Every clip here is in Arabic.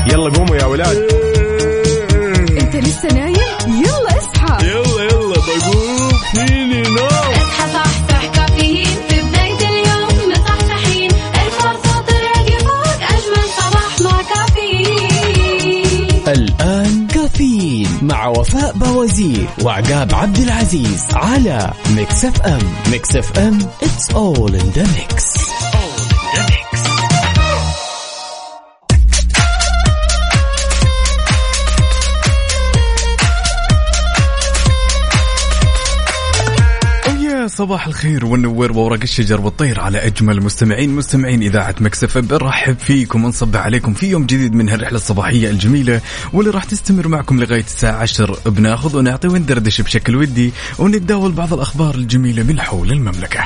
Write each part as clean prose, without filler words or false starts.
يلا قوموا يا ولاد. انت لسه نايم؟ يلا اصحى. يلا بقوم فيني نوم. اصحى صحصح كافيين في بداية اليوم مصحصحين. الفرصة تراقي فوق أجمل صباح مع كافيين. الآن كافيين مع وفاء بوازير وعقاب عبد العزيز على ميكس اف ام. ميكس اف ام it's all in the mix. صباح الخير والنور وورق الشجر والطير على أجمل مستمعين إذاعة ميكس اف ام. برحب فيكم ونصبح عليكم في يوم جديد من هالرحلة الصباحية الجميلة واللي راح تستمر معكم لغاية الساعة 10. بناخذ ونعطي وندردش بشكل ودي ونتداول بعض الأخبار الجميلة من حول المملكة.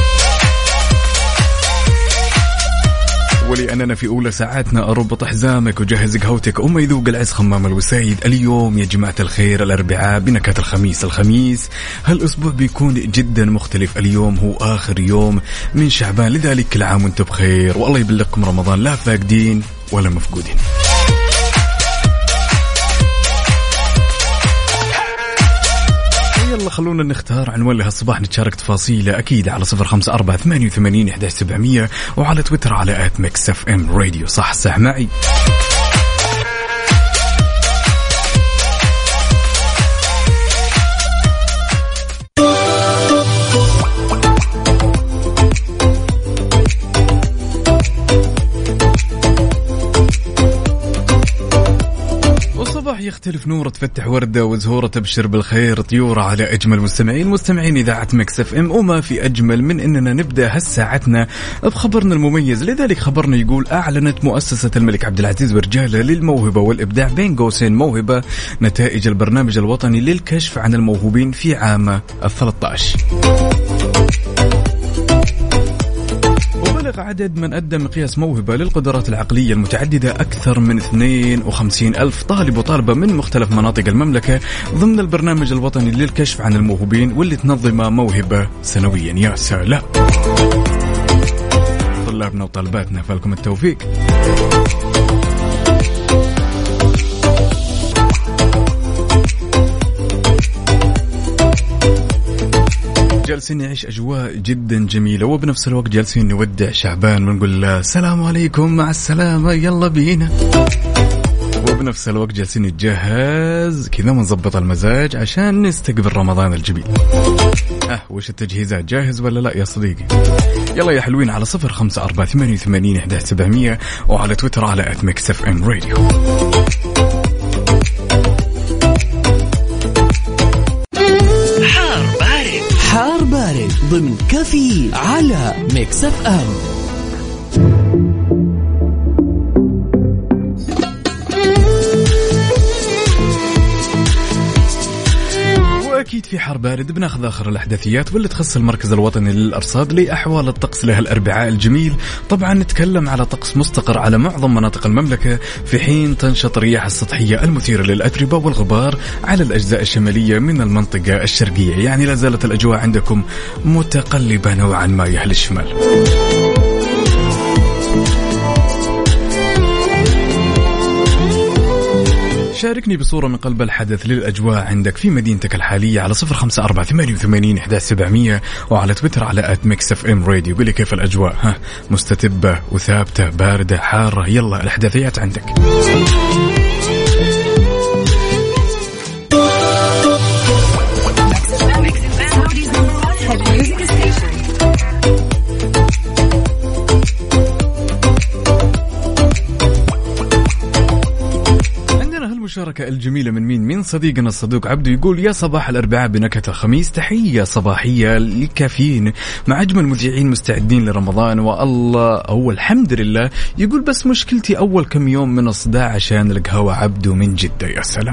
ولأننا في أولى ساعاتنا أربط حزامك وجهز قهوتك وما يذوق العز خمام الوسيد. اليوم يا جماعة الخير الأربعاء بنكهة الخميس هالأسبوع بيكون جدا مختلف. اليوم هو آخر يوم من شعبان، لذلك كل عام وانتم بخير والله يبلغكم رمضان لا فاقدين ولا مفقودين. يلا خلونا نختار عنوان لهالصباح نتشارك تفاصيله أكيد على 0548811700 وعلى تويتر على @mixfmradio. صح معي. يختلف نور تفتح وردة وزهورة تبشر بالخير طيورة على أجمل مستمعين إذاعة ميكس اف ام. وما في أجمل من أننا نبدأ هالساعتنا بخبرنا المميز. لذلك خبرنا يقول أعلنت مؤسسة الملك عبد العزيز ورجالة للموهبة والإبداع بين قوسين موهبة نتائج البرنامج الوطني للكشف عن الموهوبين في عام 13. بلغ عدد من أدى مقياس موهبة للقدرات العقلية المتعددة أكثر من 52,000 طالب وطالبة من مختلف مناطق المملكة ضمن البرنامج الوطني للكشف عن الموهوبين واللي تنظم موهبة سنويا. يا سلام طلابنا وطالباتنا، فالكم التوفيق. جالسين نعيش أجواء جدا جميلة وبنفس الوقت جالسين نودع شعبان ونقول له السلام عليكم مع السلامة يلا بينا، وبنفس الوقت جالسين نتجهز كذا ونظبط المزاج عشان نستقبل رمضان الجميل. وش التجهيزات، جاهز ولا لا يا صديقي؟ يلا يا حلوين على 0548811700 وعلى تويتر على @mixfmradio. حار بارد ضمن كافيين على ميكس اف ام. أكيد في حر بارد بناخذ آخر الأحداثيات واللي تخص المركز الوطني للأرصاد لأحوال الطقس له الأربعاء الجميل. طبعا نتكلم على طقس مستقر على معظم مناطق المملكة في حين تنشط الرياح السطحية المثيرة للأتربة والغبار على الأجزاء الشمالية من المنطقة الشرقية. يعني لا زالت الأجواء عندكم متقلبة نوعا ما يا أهل الشمال. شاركني بصورة من قلب الحدث للأجواء عندك في مدينتك الحالية على 0548811700 وعلى تويتر على @mixfmradio. قولي كيف الأجواء، مستتبة وثابتة باردة حارة؟ يلا الأحداثيات عندك. المشاركة الجميلة من صديقنا الصدوق عبدو يقول يا صباح الأربعاء بنكهة الخميس، تحية صباحية للكافيين مع أجمل مذيعين مستعدين لرمضان والله أول الحمد لله. يقول بس مشكلتي أول كم يوم من الصداع عشان القهوة عبدو من جدة. يا سلام،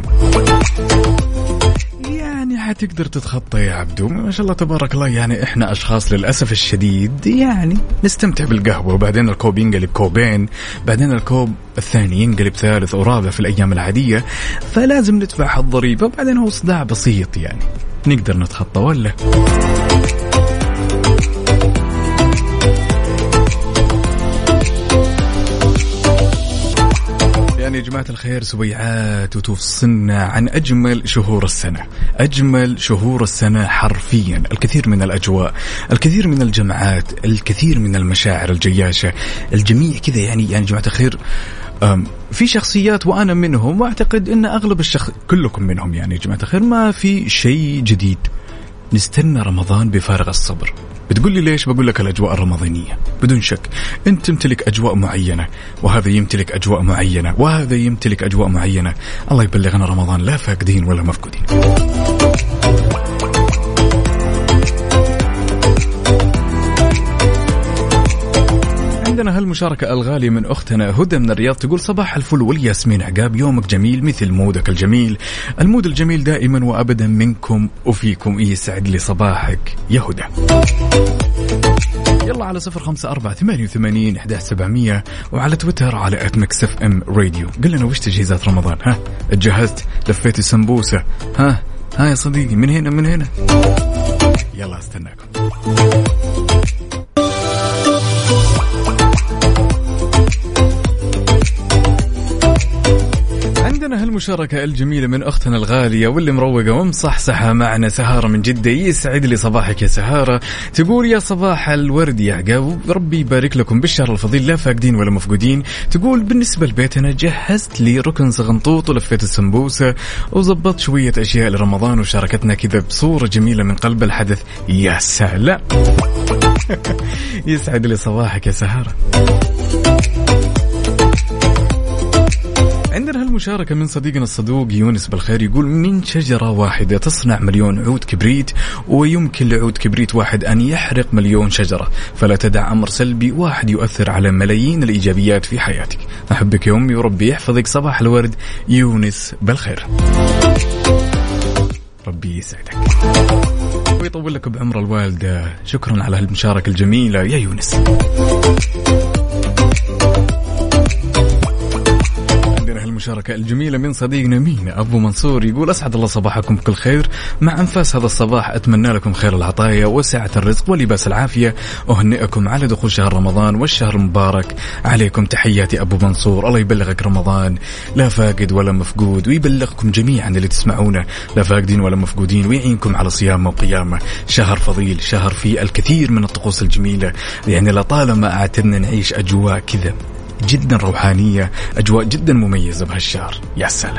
يعني حتقدر تتخطى يا عبدو ما شاء الله تبارك الله. يعني احنا اشخاص للأسف الشديد يعني نستمتع بالقهوة وبعدين الكوب ينقلب كوبين، بعدين الكوب الثاني ينقلب ثالث ورابع في الأيام العادية، فلازم ندفع الضريبة وبعدين هو صداع بسيط يعني نقدر نتخطى ولا؟ يعني يا جماعة الخير سبيعات وتفصلنا عن أجمل شهور السنة. أجمل شهور السنة حرفيا، الكثير من الأجواء، الكثير من الجمعات، الكثير من المشاعر الجياشة، الجميع كذا يعني جماعة الخير. في شخصيات وأنا منهم، وأعتقد أن أغلب كلكم منهم يعني يا جماعة الخير، ما في شيء جديد. نستنى رمضان بفارغ الصبر. بتقول لي ليش؟ بقول لك الأجواء الرمضانية. بدون شك أنت تمتلك أجواء معينة، وهذا يمتلك أجواء معينة، وهذا يمتلك أجواء معينة. الله يبلغنا رمضان لا فاقدين ولا مفقودين. عندنا هالمشاركة الغالية من أختنا هدى من الرياض، تقول صباح الفل والياسمين عقاب، يومك جميل مثل مودك الجميل. المود الجميل دائما وأبدا منكم وفيكم. يسعد لي صباحك يا هدى. يلا على 0548811700 وعلى تويتر على @mixfmradio. قل لنا وش تجهيزات رمضان؟ ها اتجهزت؟ لفيت السمبوسة؟ ها يا صديقي من هنا يلا استناكم. عندنا هالمشاركة الجميلة من أختنا الغالية واللي مروقة ومصحصحة معنا، سهارة من جدة. يسعد لي صباحك يا سهارة. تقول يا صباح الورد يا عقاب، ربي يبارك لكم بالشهر الفضيل لا فاقدين ولا مفقودين. تقول بالنسبة لبيتنا جهزت لي ركن صغنطوط ولفيت السمبوسة وزبطت شوية أشياء لرمضان، وشاركتنا كذا بصورة جميلة من قلب الحدث. يا سلام. يسعد لي صباحك يا سهارة. عندنا هالمشاركة من صديقنا الصدوق يونس بالخير، يقول من شجرة واحدة تصنع مليون عود كبريت، ويمكن لعود كبريت واحد أن يحرق مليون شجرة، فلا تدع أمر سلبي واحد يؤثر على ملايين الإيجابيات في حياتك. أحبك يا أمي وربي يحفظك. صباح الورد يونس بالخير. ربي يسعدك ويطول لك بعمر الوالدة. شكرا على هالمشاركة الجميلة يا يونس. المشاركة الجميلة من صديقنا مين أبو منصور، يقول أسعد الله صباحكم بكل خير. مع أنفاس هذا الصباح أتمنى لكم خير العطايا وسعة الرزق ولباس العافية، أهنئكم على دخول شهر رمضان والشهر المبارك عليكم. تحياتي أبو منصور، الله يبلغك رمضان لا فاقد ولا مفقود، ويبلغكم جميعا اللي تسمعونه لا فاقدين ولا مفقودين، ويعينكم على صيامه وقيامه. شهر فضيل، شهر فيه الكثير من الطقوس الجميلة، يعني لطالما أعتدنا نعيش أجواء كذا جدا روحانية، أجواء جدا مميزة بهالشهر. يا سلام.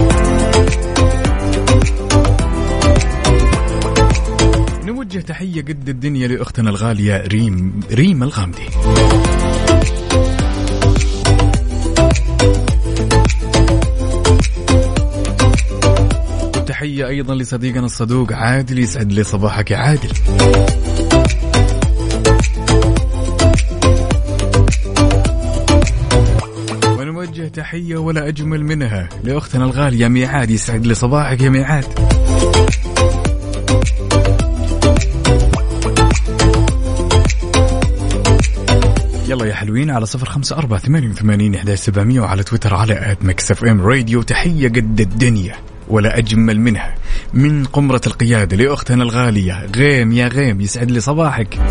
نوجه تحية قد الدنيا لأختنا الغالية ريم الغامدي. وتحية أيضا لصديقنا الصدوق عادل. يسعد لي صباحك يا عادل. ونوجه تحية ولا أجمل منها لأختنا الغالية ميعاد. يسعد لي صباحك يا ميعاد. يلا يا حلوين على 0548811700 وعلى تويتر على @mixfmradio. تحية قد الدنيا ولا أجمل منها من قمرة القيادة لأختنا الغالية غيم. يا غيم يسعد لي صباحك.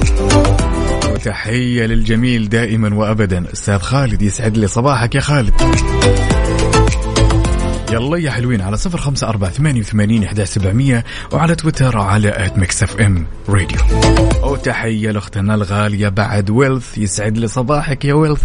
وتحية للجميل دائما وأبدا أستاذ خالد. يسعد لي صباحك يا خالد. يلا يا حلوين على 0548811700 وعلى تويتر على @mixfmradio. وتحية لأختنا الغالية بعد ويلث. يسعد لي صباحك يا ويلث.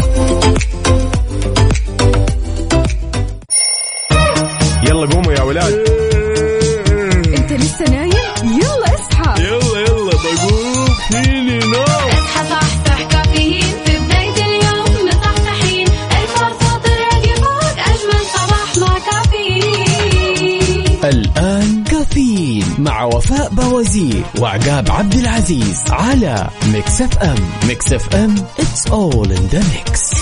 يلا قوموا يا ولاد. انت لسه نايم؟ يلا اصحى. يلا بقوم فيني نوم. اصحى صحصح كافيين في بداية اليوم مصحصحين. الفرصة تراقي فوق أجمل صباح مع كافيين. الآن كافيين مع وفاء بوازير وعقاب عبد العزيز على ميكس اف ام. ميكس اف ام it's all in the mix.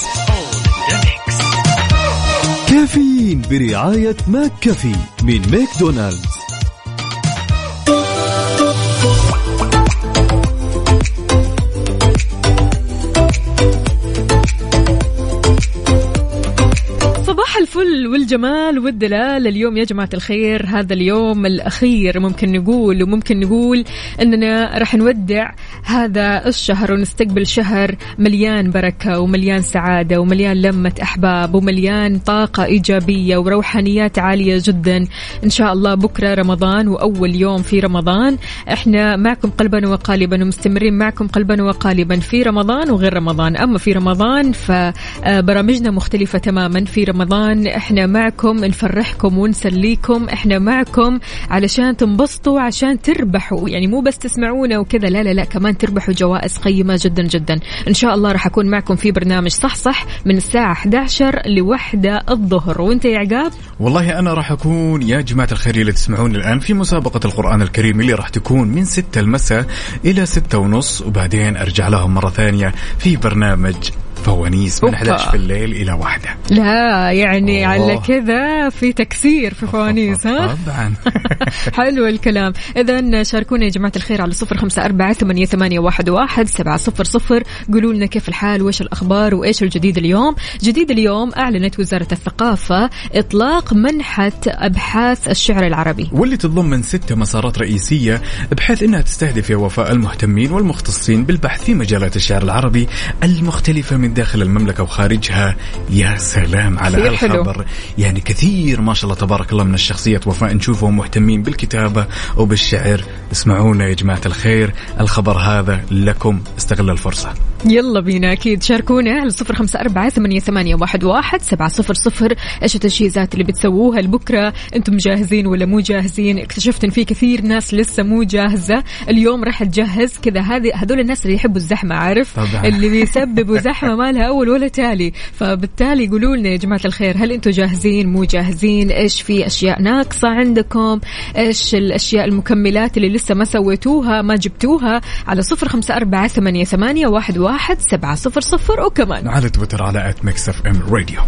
كافيين برعاية ماك كافي من ماكدونالدز. صباح الفل الفل والجمال والدلال اليوم يا جماعة الخير. هذا اليوم الأخير ممكن نقول أننا رح نودع هذا الشهر ونستقبل شهر مليان بركة ومليان سعادة ومليان لمة أحباب ومليان طاقة إيجابية وروحانيات عالية جدا إن شاء الله. بكرة رمضان وأول يوم في رمضان، إحنا معكم قلبا وقالبا ومستمرين معكم قلبا وقالبا في رمضان وغير رمضان. أما في رمضان فبرامجنا مختلفة تماما. في رمضان إحنا معكم نفرحكم ونسليكم، إحنا معكم علشان تنبسطوا عشان تربحوا، يعني مو بس تسمعونا وكذا، لا كمان تربحوا جوائز قيمة جدا جدا. إن شاء الله راح أكون معكم في برنامج صح من الساعة 11 لوحدة الظهر. وانت يا عقاب؟ والله أنا راح أكون يا جماعة الخير اللي تسمعون الآن في مسابقة القرآن الكريم اللي راح تكون من 6 المساء إلى 6:30، وبعدين أرجع لهم مرة ثانية في برنامج فوانيس من 11 في الليل إلى 1. لا يعني على كذا في تكسير في فوانيس ها؟ طبعا. حلو الكلام. إذن شاركونا يا جماعة الخير على 0548811700. قولوا لنا كيف الحال وإيش الأخبار وإيش الجديد اليوم. جديد اليوم أعلنت وزارة الثقافة إطلاق منحة أبحاث الشعر العربي، واللي تتضمن 6 مسارات رئيسية بحيث أنها تستهدف وفاء المهتمين والمختصين بالبحث في مجالات الشعر العربي المختلفة من داخل المملكة وخارجها. يا سلام على هالخبر، يعني كثير ما شاء الله تبارك الله من الشخصيات وفاء نشوفهم مهتمين بالكتابة وبالشعر. اسمعونا يا جماعة الخير، الخبر هذا لكم، استغل الفرصة. يلا بينا أكيد شاركونا على 0548811700. إيش التجهيزات اللي بتسووها لبكرة؟ أنتم جاهزين ولا مو جاهزين؟ اكتشفت إن في كثير ناس لسه مو جاهزة. اليوم راح تجهز كذا، هذول الناس اللي يحبوا الزحمة، عارف طبعا. اللي بيسببوا زحمة ما لها أول ولا تالي. فبالتالي قولوا لنا يا جماعة الخير، هل أنتم جاهزين مو جاهزين؟ إيش في أشياء ناقصة عندكم؟ إيش الأشياء المكملات اللي لسه ما سويتوها ما جبتوها؟ على 0548811700 وكمان على تويتر على @mixfmradio.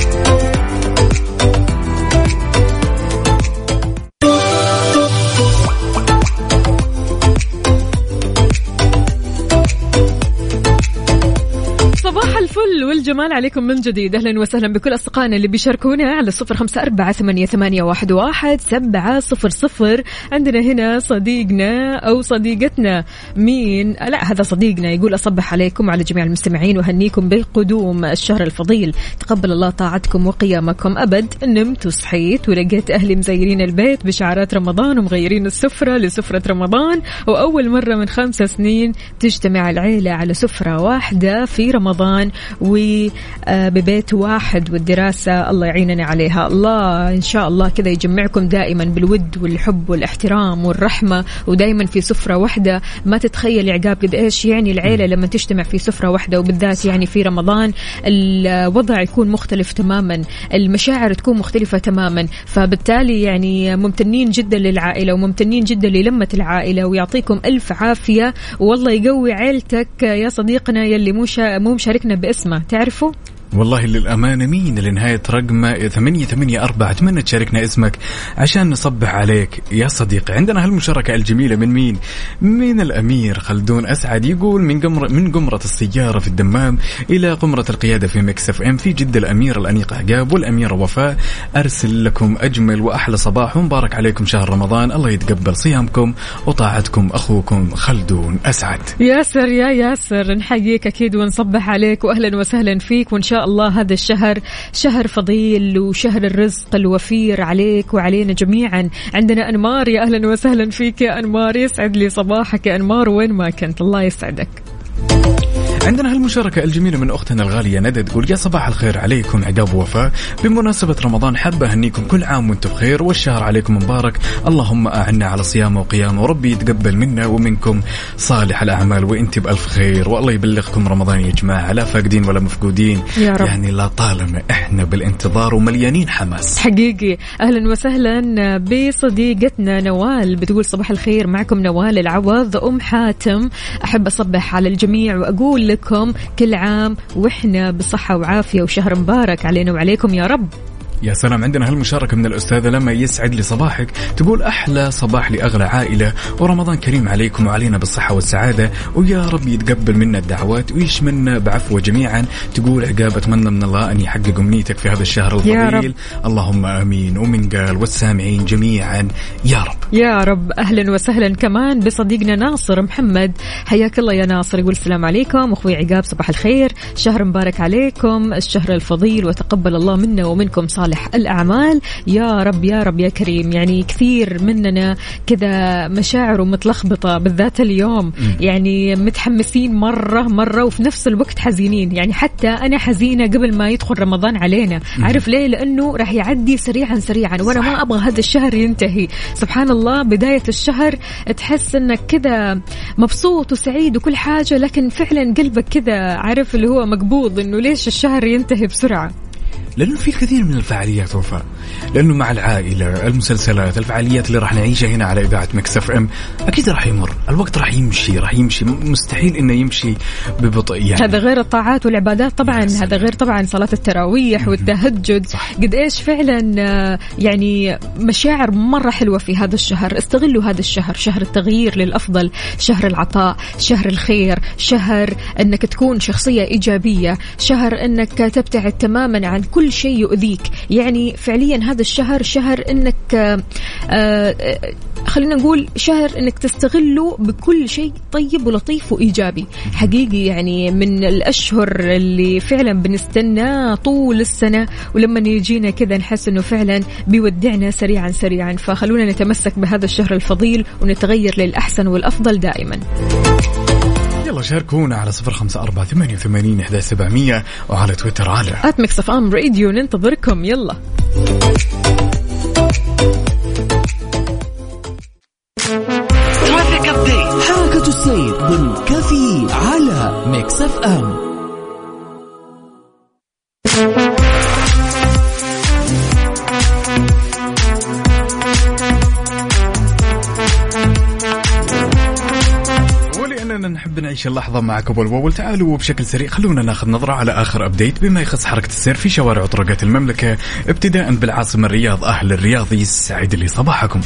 صباح الفل والجمال عليكم من جديد. أهلا وسهلا بكل أصدقائنا اللي بيشاركونا على 0548811700. عندنا هنا صديقنا أو صديقتنا مين؟ لا هذا صديقنا يقول أصبح عليكم وعلى جميع المستمعين وهنيكم بقدوم الشهر الفضيل، تقبل الله طاعتكم وقيامكم أبد. نمت وصحيت ولقيت أهلي مزيرين البيت بشعارات رمضان ومغيرين السفرة لسفرة رمضان، وأول مرة من 5 سنين تجتمع العيلة على سفرة واحدة في رمضان وببيت واحد، والدراسة الله يعيننا عليها. الله إن شاء الله كذا يجمعكم دائما بالود والحب والاحترام والرحمة ودائما في سفرة واحدة. ما تتخيل يا عقاب قد إيش يعني العيلة لما تجتمع في سفرة واحدة، وبالذات يعني في رمضان الوضع يكون مختلف تماما، المشاعر تكون مختلفة تماما. فبالتالي يعني ممتنين جدا للعائلة وممتنين جدا للمة العائلة، ويعطيكم ألف عافية والله يقوي عيلتك يا صديقنا يلي مو مشاركنا باسمه. تعرفوا والله للأمانة مين لنهاية رقم 884 أتمنى تشاركنا اسمك عشان نصبح عليك يا صديقي. عندنا هالمشاركة الجميلة من مين؟ من الأمير خلدون أسعد، يقول من قمرة السيارة في الدمام إلى قمرة القيادة في ميكس اف ام في جدة. الأمير الأنيقة عقاب والأميرة وفاء أرسل لكم أجمل وأحلى صباح ومبارك عليكم شهر رمضان، الله يتقبل صيامكم وطاعتكم. أخوكم خلدون أسعد. ياسر يا ياسر نحييك أكيد ونصبح عليك وأهلا وسهلا فيك، وإن شاء الله هذا الشهر شهر فضيل وشهر الرزق الوفير عليك وعلينا جميعا. عندنا أنمار، يا أهلا وسهلا فيك يا أنمار، يسعد لي صباحك يا أنمار وين ما كنت، الله يسعدك. عندنا هالمشاركة الجميلة من أختنا الغالية ندى، تقول يا صباح الخير عليكم عقاب ووفاء، بمناسبة رمضان حابة أهنيكم كل عام وانتم بخير والشهر عليكم مبارك، اللهم أعنا على صيامه وقيامه وربي يتقبل منا ومنكم صالح الأعمال وانت بألف خير، والله يبلغكم رمضان يا جماعة لا فاقدين ولا مفقودين يا رب. يعني لا طالما احنا بالانتظار ومليانين حماس حقيقي. أهلا وسهلا بصديقتنا نوال، بتقول صباح الخير، معكم نوال العوض أم حاتم، أحب أصبح على الجميع وأقول لكم كل عام وإحنا بصحة وعافية وشهر مبارك علينا وعليكم يا رب. يا سلام. عندنا هالمشاركة من الأستاذة لما يسعد لي صباحك، تقول أحلى صباح لأغلى عائلة، ورمضان كريم عليكم وعلينا بالصحة والسعادة، ويا رب يتقبل منا الدعوات ويشملنا بعفوه جميعا. تقول عقاب أتمنى من الله أن يحقق أمنيتك في هذا الشهر الطويل، اللهم آمين. ومن قال والسامعين جميعا يا رب يا رب. أهلا وسهلا كمان بصديقنا ناصر محمد، حياك الله يا ناصر. يقول السلام عليكم أخوي عقاب، صباح الخير، شهر مبارك عليكم، الشهر الفضيل، وتقبل الله منا ومنكم صالح الأعمال يا رب يا رب يا كريم. يعني كثير مننا كذا مشاعره متلخبطة بالذات اليوم، يعني متحمسين مرة وفي نفس الوقت حزينين. يعني حتى أنا حزينة قبل ما يدخل رمضان علينا. عارف ليه؟ لأنه راح يعدي سريعا وأنا ما أبغى هذا الشهر ينتهي. سبحان الله، بداية الشهر تحس أنك كذا مبسوط وسعيد وكل حاجة، لكن فعلا قلبك كذا عارف اللي هو مقبوض إنه ليش الشهر ينتهي بسرعة. لأنه في الكثير من الفعاليات وفاء، لأنه مع العائلة، المسلسلات، الفعاليات اللي راح نعيشها هنا على إذاعة ميكس اف ام أكيد راح يمر الوقت، راح يمشي مستحيل إنه يمشي ببطء يعني. هذا غير الطاعات والعبادات طبعا، هذا غير طبعا صلاة التراويح والتهجد. قد إيش فعلا يعني مشاعر مرة حلوة في هذا الشهر. استغلوا هذا الشهر، شهر التغيير للأفضل، شهر العطاء، شهر الخير، شهر أنك تكون شخصية إيجابية، شهر أنك تبتعد تماما عن كل شيء يؤذيك. يعني فعليا هذا الشهر شهر انك خلينا نقول شهر انك تستغله بكل شيء طيب ولطيف وايجابي حقيقي. يعني من الاشهر اللي فعلا بنستناه طول السنه، ولما يجينا كذا نحس انه فعلا بيودعنا سريعا. فخلونا نتمسك بهذا الشهر الفضيل ونتغير للاحسن والافضل دائما. يلا شاركونا على 0548811700 وعلى تويتر على @mixfm.radio. ننتظركم. يلا حركة السير ضمن كافيين على ميكس اف ام. نحب نعيش اللحظة معكم والأول. تعالوا بشكل سريع خلونا ناخذ نظرة على آخر أبديت بما يخص حركة السير في شوارع وطرقات المملكة، ابتداء بالعاصمة الرياض. أهل الرياض يسعد لي صباحكم.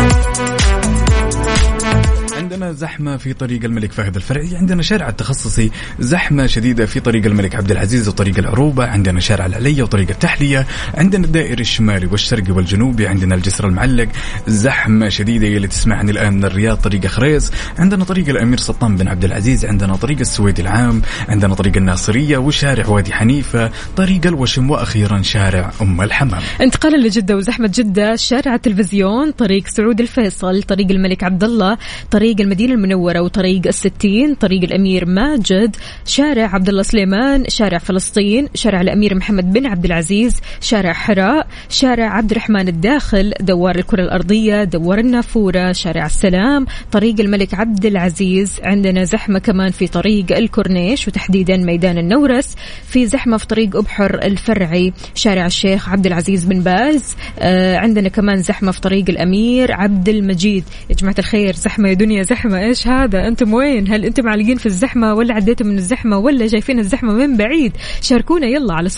عندنا زحمة في طريق الملك فهد الفرعي، عندنا شارع التخصصي زحمة شديدة في طريق الملك عبد العزيز وطريق العروبة، عندنا شارع العلية وطريق التحلية، عندنا الدائري الشمالي والشرقي والجنوبي، عندنا الجسر المعلق زحمة شديدة اللي تسمعني الآن من الرياض، طريق خريص، عندنا طريق الأمير سلطان بن عبد العزيز، عندنا طريق السويد العام، عندنا طريق الناصرية وشارع وادي حنيفة، طريق الوشم، وأخيرا شارع أم الحمام. انتقالا لجدة وزحمة جدة، شارع التلفزيون، طريق سعود الفيصل، طريق الملك عبد الله، طريق المدينة المنورة وطريق الستين، طريق الأمير ماجد، شارع عبد الله سليمان، شارع فلسطين، شارع الأمير محمد بن عبد العزيز، شارع حراء، شارع عبد الرحمن الداخل، دوار الكرة الأرضية، دوار النافورة، شارع السلام، طريق الملك عبد العزيز. عندنا زحمة كمان في طريق الكورنيش وتحديدا ميدان النورس، في زحمة في طريق أبحر الفرعي، شارع الشيخ عبد العزيز بن باز. عندنا كمان زحمة في طريق الأمير عبد المجيد. يا جماعة الخير زحمة يا دنيا زحمة، إيش هذا؟ أنتم وين؟ هل أنتم معلقين في الزحمة ولا عديتم من الزحمة ولا شايفين الزحمة من بعيد؟ شاركونا يلا على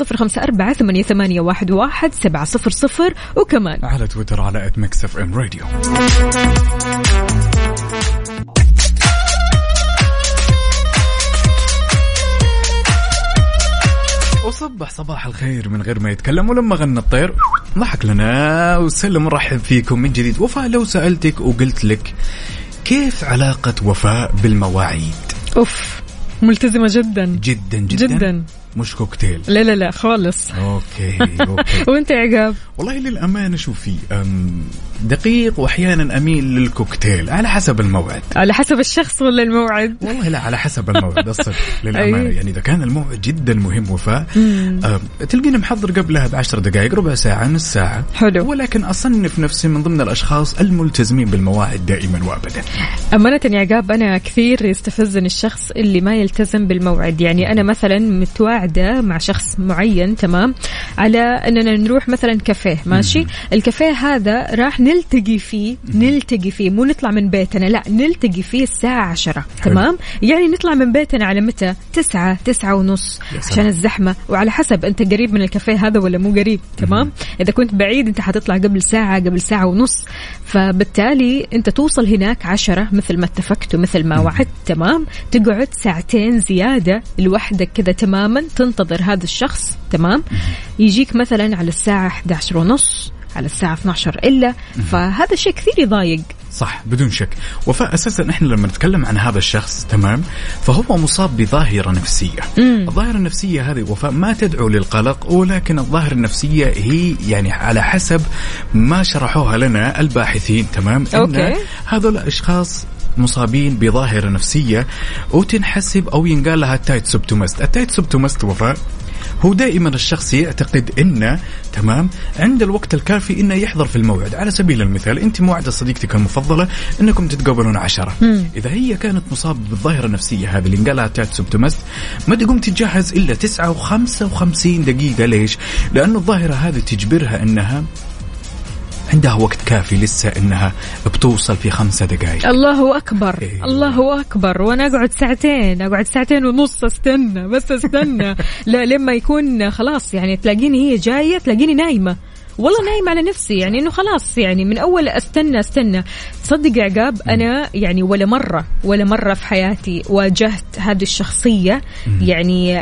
0548811700 وكمان على تويتر على @mixfmradio. وصبح صباح الخير من غير ما يتكلم، ولما غنى الطير ضحك لنا وسلم ورحب فيكم من جديد. وفاء، لو سألتك وقلت لك كيف علاقة وفاء بالمواعيد؟ أوف، ملتزمة جدا جدا جدا, جدا. مش كوكتيل. لا خالص. أوكي. وانت يا عقاب؟ والله للأمانة شوفي، دقيق وأحيانا أميل للكوكتيل على حسب الموعد. على حسب الشخص ولا الموعد؟ والله لا، على حسب الموعد الصدق للأمانة. يعني إذا كان الموعد جدا مهم وفاء تلقيني محضر قبلها ب10 دقائق، ربع ساعة، نص ساعة. حلو. ولكن أصنف نفسي من ضمن الأشخاص الملتزمين بالمواعيد دائما وأبدا. أمانة يا عقاب أنا كثير يستفزني الشخص اللي ما يلتزم بالموعد. يعني أنا مثلا متواعدة مع شخص معين تمام على أننا نروح مثلا كافيه، ماشي، الكافيه هذا راح نلتقي فيه مو نطلع من بيتنا، لا نلتقي فيه الساعة 10. تمام، يعني نطلع من بيتنا على متى؟ 9:09 عشان الزحمة، وعلى حسب أنت قريب من الكافيه هذا ولا مو قريب. تمام، إذا كنت بعيد أنت حتطلع قبل ساعة، قبل ساعة ونص، فبالتالي أنت توصل هناك 10 مثل ما اتفقت ومثل ما وعدت. تمام، تقعد ساعتين زيادة لوحدك كذا تماما، تنتظر هذا الشخص. تمام، يجيك مثلا على الساعة 11:30 على الساعة 12 إلا، فهذا الشيء كثير يضايق. صح بدون شك. وفاء أساسا إحنا لما نتكلم عن هذا الشخص تمام فهو مصاب بظاهرة نفسية. الظاهرة النفسية هذه وفاء ما تدعو للقلق، ولكن الظاهرة النفسية هي يعني على حسب ما شرحوها لنا الباحثين تمام إن هذول الأشخاص مصابين بظاهرة نفسية وتنحسب أو ينقال لها التايت سبتومست. التايت سبتومست وفاء هو دائما الشخص يعتقد إنه تمام عند الوقت الكافي إنه يحضر في الموعد. على سبيل المثال أنت موعدة صديقتك المفضلة إنكم تتقابلون 10، إذا هي كانت مصابة بالظاهرة النفسية هذه اللي نقالها تايت سبتومست ما تقوم تتجهز إلا 9:55 دقيقة. ليش؟ لأنه الظاهرة هذه تجبرها إنها عندها وقت كافي لسه إنها بتوصل في 5 دقائق. الله أكبر. الله أكبر. وأنا أقعد ساعتين ونص استنى لا لما يكون خلاص يعني تلاقيني هي جاية تلاقيني نايمة، والله نايم على نفسي، يعني إنه خلاص يعني من أول استنى. تصدق يا عقاب أنا يعني ولا مرة في حياتي واجهت هذه الشخصية يعني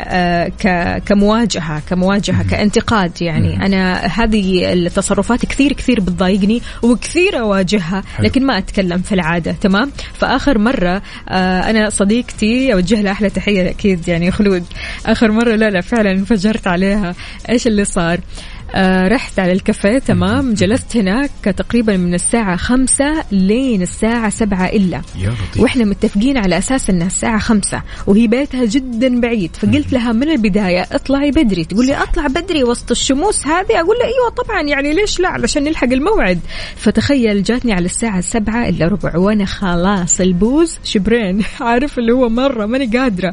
كمواجهة كانتقاد. يعني أنا هذه التصرفات كثير بتضايقني وكثير أواجهها، لكن ما أتكلم في العادة. تمام، فآخر مرة أنا صديقتي أوجه لها أحلى تحية أكيد يعني خلود، آخر مرة لا فعلا انفجرت عليها. إيش اللي صار؟ رحت على الكافيه. تمام، جلست هناك تقريبا من الساعة 5 لين الساعة 7 إلا، وإحنا متفقين على أساس أنها الساعة 5 وهي بيتها جدا بعيد. فقلت لها من البداية اطلعي بدري. تقول لي أطلع بدري وسط الشموس هذه؟ أقول لها أيوة طبعا، يعني ليش لا، علشان نلحق الموعد. فتخيل جاتني على الساعة 7 إلا ربع وأنا خلاص البوز شبرين عارف اللي هو مرة ماني قادرة.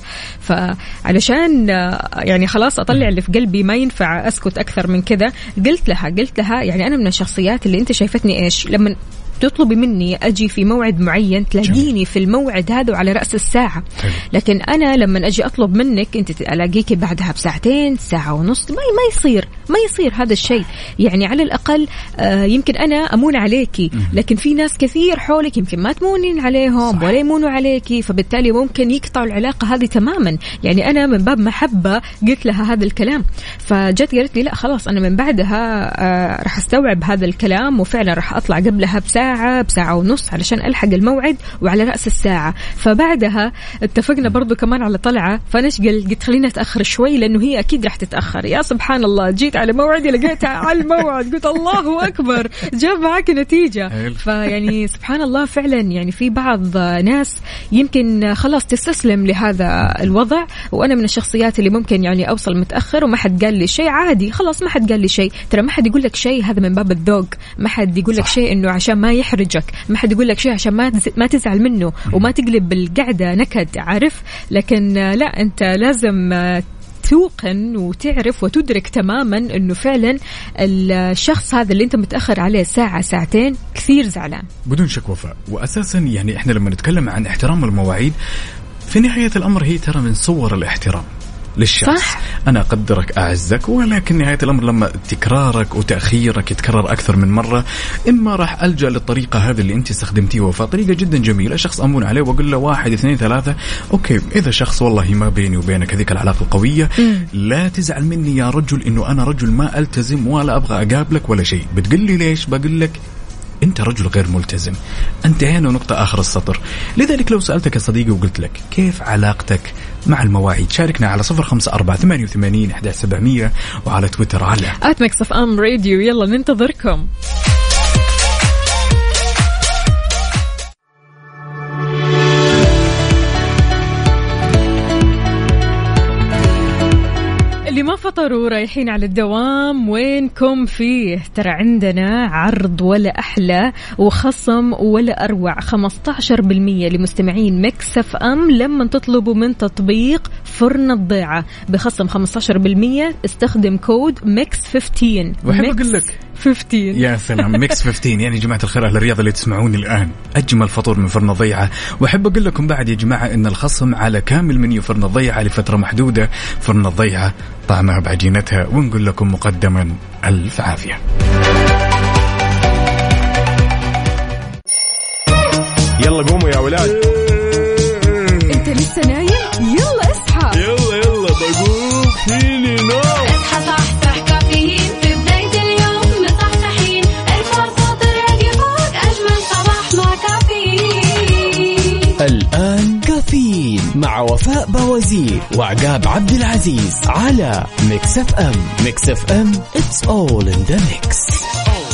فعلشان يعني خلاص أطلع اللي في قلبي ما ينفع أسكت أكثر من كذا. قلت لها يعني أنا من الشخصيات اللي أنت شايفتني إيش لما تطلبي مني أجي في موعد معين تلاقيني في الموعد هذا وعلى رأس الساعة. لكن أنا لما أجي أطلب منك أنت ألاقيكي بعدها بساعتين ساعة ونص. ما يصير هذا الشيء. يعني على الأقل يمكن أنا أمون عليكي، لكن في ناس كثير حولك يمكن ما تمونين عليهم ولا يمونوا عليكي، فبالتالي ممكن يقطعوا العلاقة هذه تماما. يعني أنا من باب محبة قلت لها هذا الكلام، فجت قالت لي لا خلاص أنا من بعدها راح أستوعب هذا الكلام وفعلا راح أطلع قبلها بساعة ونص علشان ألحق الموعد وعلى رأس الساعة. فبعدها اتفقنا برضو كمان على طلعة، فنشقل قلت خلينا نتأخر شوي لأنه هي أكيد راح تتأخر. يا سبحان الله، جيت على موعدي لقيتها على الموعد، قلت الله أكبر جاب معك نتيجة. فيعني سبحان الله فعلا يعني في بعض ناس يمكن خلاص تستسلم لهذا الوضع، وأنا من الشخصيات اللي ممكن يعني أوصل متأخر وما حد قال لي شيء عادي، خلاص ما حد قال لي شيء. ترى ما حد يقول لك شيء، هذا من باب الذوق. ما حد يقول لك شيء إنه عشان ما يحرجك، ما حد يقول لك شيء عشان ما تزعل منه وما تقلب القعدة نكد، عارف. لكن لا، أنت لازم توقن وتعرف وتدرك تماما أنه فعلا الشخص هذا اللي أنت متأخر عليه ساعة ساعتين كثير زعلان بدون شك وفاء. وأساسا يعني إحنا لما نتكلم عن احترام المواعيد في نهاية الأمر هي ترى من صور الاحترام للشخص. صح. أنا أقدرك أعزك، ولكن نهاية الأمر لما تكرارك وتأخيرك يتكرر أكثر من مرة إما راح ألجأ للطريقة هذه اللي أنت استخدمتيها، فطريقة جدا جميلة. شخص أمون عليه وأقول له 1 2 3 أوكي. إذا شخص والله ما بيني وبينك هذيك العلاقة القوية لا تزعل مني يا رجل إنه أنا رجل ما ألتزم ولا أبغى أقابلك ولا شيء. بتقول لي ليش؟ بقول لك أنت رجل غير ملتزم. انتهينا ونقطة آخر السطر. لذلك لو سألتك يا صديقي وقلت لك كيف علاقتك مع المواعيد، شاركنا على 0548811700 وعلى تويتر على @mixfmradio. يلا ننتظركم. اللي ما الفطر ورايحين على الدوام، وينكم فيه؟ ترى عندنا عرض ولا أحلى وخصم ولا أروع، 15% لمستمعين ميكس اف ام لما تطلبوا من تطبيق فرن الضيعة بخصم 15%. استخدم كود ميكس 15. وأحب أقول لك 15. يا سلام، ميكس 15. يعني جماعة الخير أهل الرياض اللي تسمعوني الآن، أجمل فطور من فرن الضيعة. وأحب أقول لكم بعد يا جماعة إن الخصم على كامل منيو فرن الضيعة لفترة محدودة. فرن الضيعة طعمها بعجينتها، ونقول لكم مقدما ألف عافية. يلا قوموا يا ولاد. أنت لسه نايم؟ يلا اصحى. يلا بقوم فيني نوم. اصحى صحصح كافيين في بداية اليوم مصحصحين، الفرصة تراقي فوق أجمل صباح مع كافيين. الآن كافيين مع وفاء بوازير وعقاب عبد العزيز على ميكس اف ام. ميكس اف ام it's all in the mix.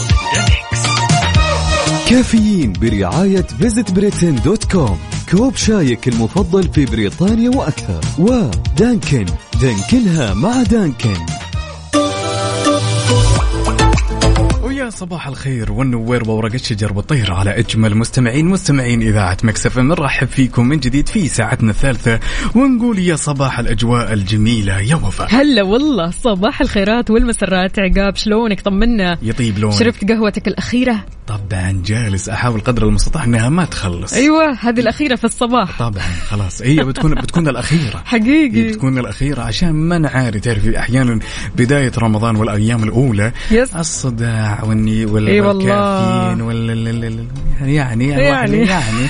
كافيين برعاية visitbritain.com. كوب شايك المفضل في بريطانيا وأكثر، ودانكن دانكنها مع دانكن. ويا صباح الخير والنوير وورقة شجر والطير على أجمل مستمعين إذاعة ميكس اف ام. نرحب فيكم من جديد في ساعتنا الثالثة، ونقول يا صباح الأجواء الجميلة يا وفاء. هلا والله، صباح الخيرات والمسرات. عقاب شلونك؟ طمنا. يطيب لونك. شربت قهوتك الأخيرة؟ طبعا جالس أحاول قدر المستطاع أنها ما تخلص. أيوة، هذه الأخيرة في الصباح. طبعا خلاص هي بتكون الأخيرة. حقيقي بتكون الأخيرة عشان ما نعاري. تعرفي أحيانا بداية رمضان والأيام الأولى الصداع والكافيين يعني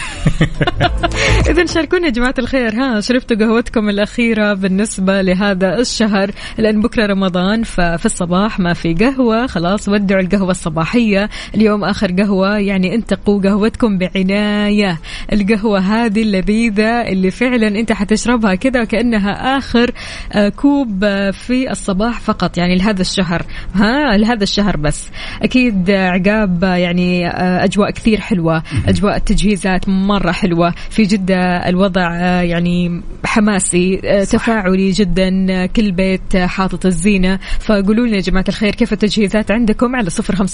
إذن شاركونا يا جماعة الخير، شربتوا قهوتكم الأخيرة بالنسبة لهذا الشهر؟ لأن بكرة رمضان، ففي الصباح ما في قهوة، خلاص ودعوا القهوة الصباحية. اليوم آخر قهوة، يعني انتقوا قهوتكم بعناية. القهوة هذه اللذيذة اللي فعلا انت حتشربها كذا وكأنها آخر كوب في الصباح فقط، يعني لهذا الشهر، لهذا الشهر بس. أكيد عقاب يعني أجواء كثير حلوة، أجواء التجهيزات مرة حلوة في جدة. الوضع يعني حماسي، تفاعلي جدا، كل بيت حاطط الزينة. فقولوا لنا يا جماعة الخير كيف التجهيزات عندكم على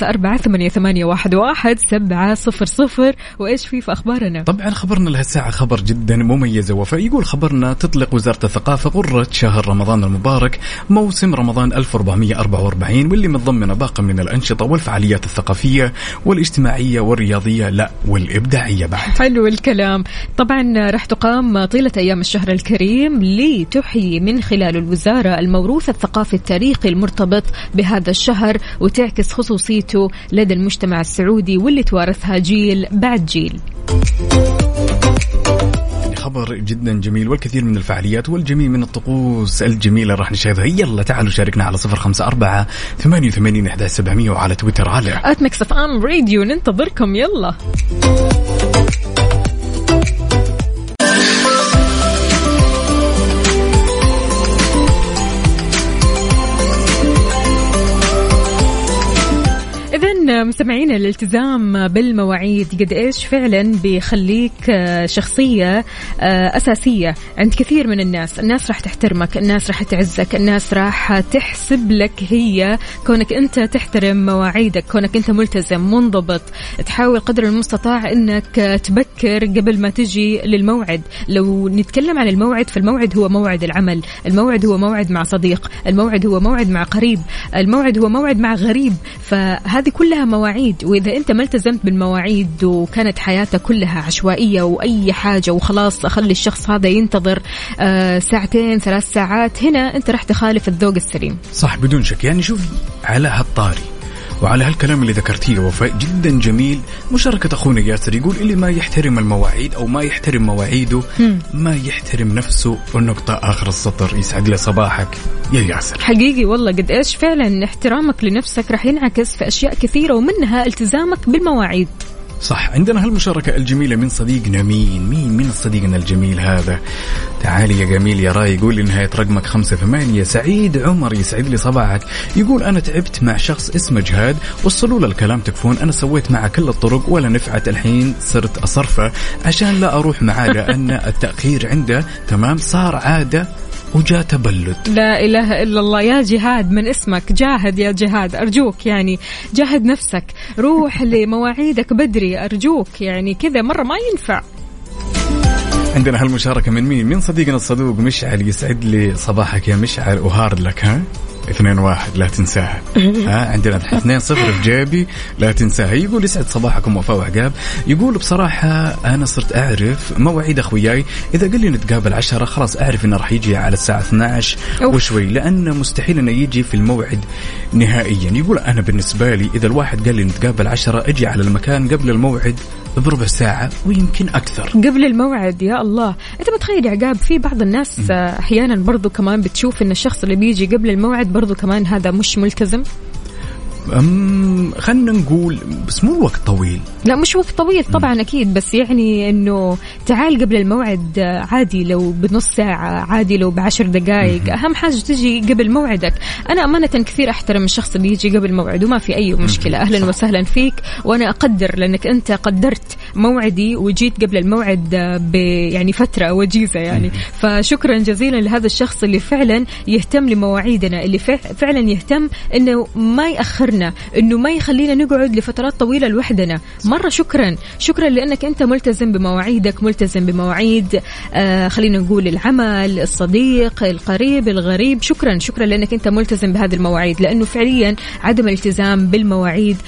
0548811700. وإيش في أخبارنا؟ طبعا خبرنا لهالساعة خبر جدا مميز وفاء. يقول خبرنا تطلق وزارة الثقافة قرة شهر رمضان المبارك موسم رمضان 1444، واللي متضمنة باقة من الأنشطة والفعاليات الثقافية والاجتماعية والرياضية، لا والإبداعية بعد. حلو الكلام. طبعا راح تقام طيلة أيام الشهر الكريم لتحيي من خلال الوزارة الموروث الثقافي التاريخي المرتبط بهذا الشهر، وتعكس خصوصيته لدى المجتمع السعودي واللي توارثها جيل بعد جيل. خبر جدا جميل، والكثير من الفعاليات والجميل من الطقوس الجميلة راح نشاهدها. يلا تعالوا شاركنا على 0548811700 وعلى تويتر على @mixfmradio. ننتظركم. يلا مستمعين، الالتزام بالمواعيد قد إيش فعلا بيخليك شخصية أساسية عند كثير من الناس. الناس راح تحترمك، الناس راح تعزك، الناس راح تحسب لك هي كونك أنت تحترم مواعيدك، كونك أنت ملتزم منضبط، تحاول قدر المستطاع أنك تبكر قبل ما تجي للموعد. لو نتكلم عن الموعد، فالموعد هو موعد العمل، الموعد هو موعد مع صديق، الموعد هو موعد مع قريب، الموعد هو موعد مع غريب. فهذه كلها مواعيد، وإذا أنت ما التزمت بالمواعيد وكانت حياتك كلها عشوائية وأي حاجة وخلاص أخلي الشخص هذا ينتظر ساعتين 3 ساعات، هنا أنت راح تخالف الذوق السليم. صح بدون شك. يعني شوف على هالطاري وعلى هالكلام اللي ذكرتيه وفاء جدا جميل، مشاركة أخونا ياسر يقول اللي ما يحترم المواعيد أو ما يحترم مواعيده ما يحترم نفسه. والنقطة آخر السطر. يسعد لي صباحك يا ياسر. حقيقي والله قد إيش فعلا احترامك لنفسك راح ينعكس في أشياء كثيرة، ومنها التزامك بالمواعيد. صح. عندنا هالمشاركة الجميلة من صديقنا مين صديقنا الجميل هذا؟ تعالي يا جميل يا راي. يقول لي نهاية رقمك 58. سعيد عمر، يسعد لي صباحك. يقول أنا تعبت مع شخص اسمه جهاد، وصلوا له الكلام تكفون. أنا سويت معه كل الطرق ولا نفعت، الحين صرت أصرفه عشان لا أروح معاه لأن التأخير عنده تمام صار عادة وجاء تبلد. لا إله إلا الله. يا جهاد، من اسمك جاهد يا جهاد، أرجوك يعني جاهد نفسك، روح لمواعيدك بدري أرجوك، يعني كذا مرة ما ينفع. عندنا هالمشاركة من صديقنا الصدوق مشعل. يسعد لي صباحك يا مشعل، وهارد لك 2-1 لا تنساها. عندنا 2-0 في جيبي لا تنساها. يقول يسعد صباحكم وفاء وعقاب. يقول بصراحة أنا صرت أعرف مواعيد أخوياي، إذا قال لي نتقابل 10 خلاص أعرف إنه راح يجي على الساعة 12 وشوي، لأنه مستحيل إنه يجي في الموعد نهائيا. يقول أنا بالنسبة لي إذا الواحد قال لي نتقابل 10 أجي على المكان قبل الموعد بربع ساعة ويمكن أكثر. قبل الموعد يا الله. أنت متخيل يا عقاب في بعض الناس أحيانا برضو كمان بتشوف إن الشخص اللي بيجي قبل الموعد برضو كمان هذا مش ملتزم. خلنا نقول بس مو وقت طويل. لا مش وقت طويل طبعا أكيد، بس يعني إنه تعال قبل الموعد عادي، لو بنص ساعة عادي، لو ب10 دقائق، أهم حاجة تجي قبل موعدك. أنا أمانة كثير أحترم الشخص اللي يجي قبل موعد وما في أي مشكلة، أهلا وسهلا فيك، وأنا أقدر لأنك أنت قدرت موعدي وجيت قبل الموعد يعني فترة وجيزة يعني. فشكرا جزيلا لهذا الشخص اللي فعلا يهتم لمواعيدنا، اللي فعلا يهتم إنه ما يأخرنا، إنه ما يخلينا نقعد لفترات طويلة لوحدنا. مرة شكرا لأنك أنت ملتزم بمواعيدك، ملتزم بمواعيد خلينا نقول العمل، الصديق، القريب، الغريب. شكرا لأنك أنت ملتزم بهذه المواعيد، لأنه فعليا عدم الالتزام بالمواعيد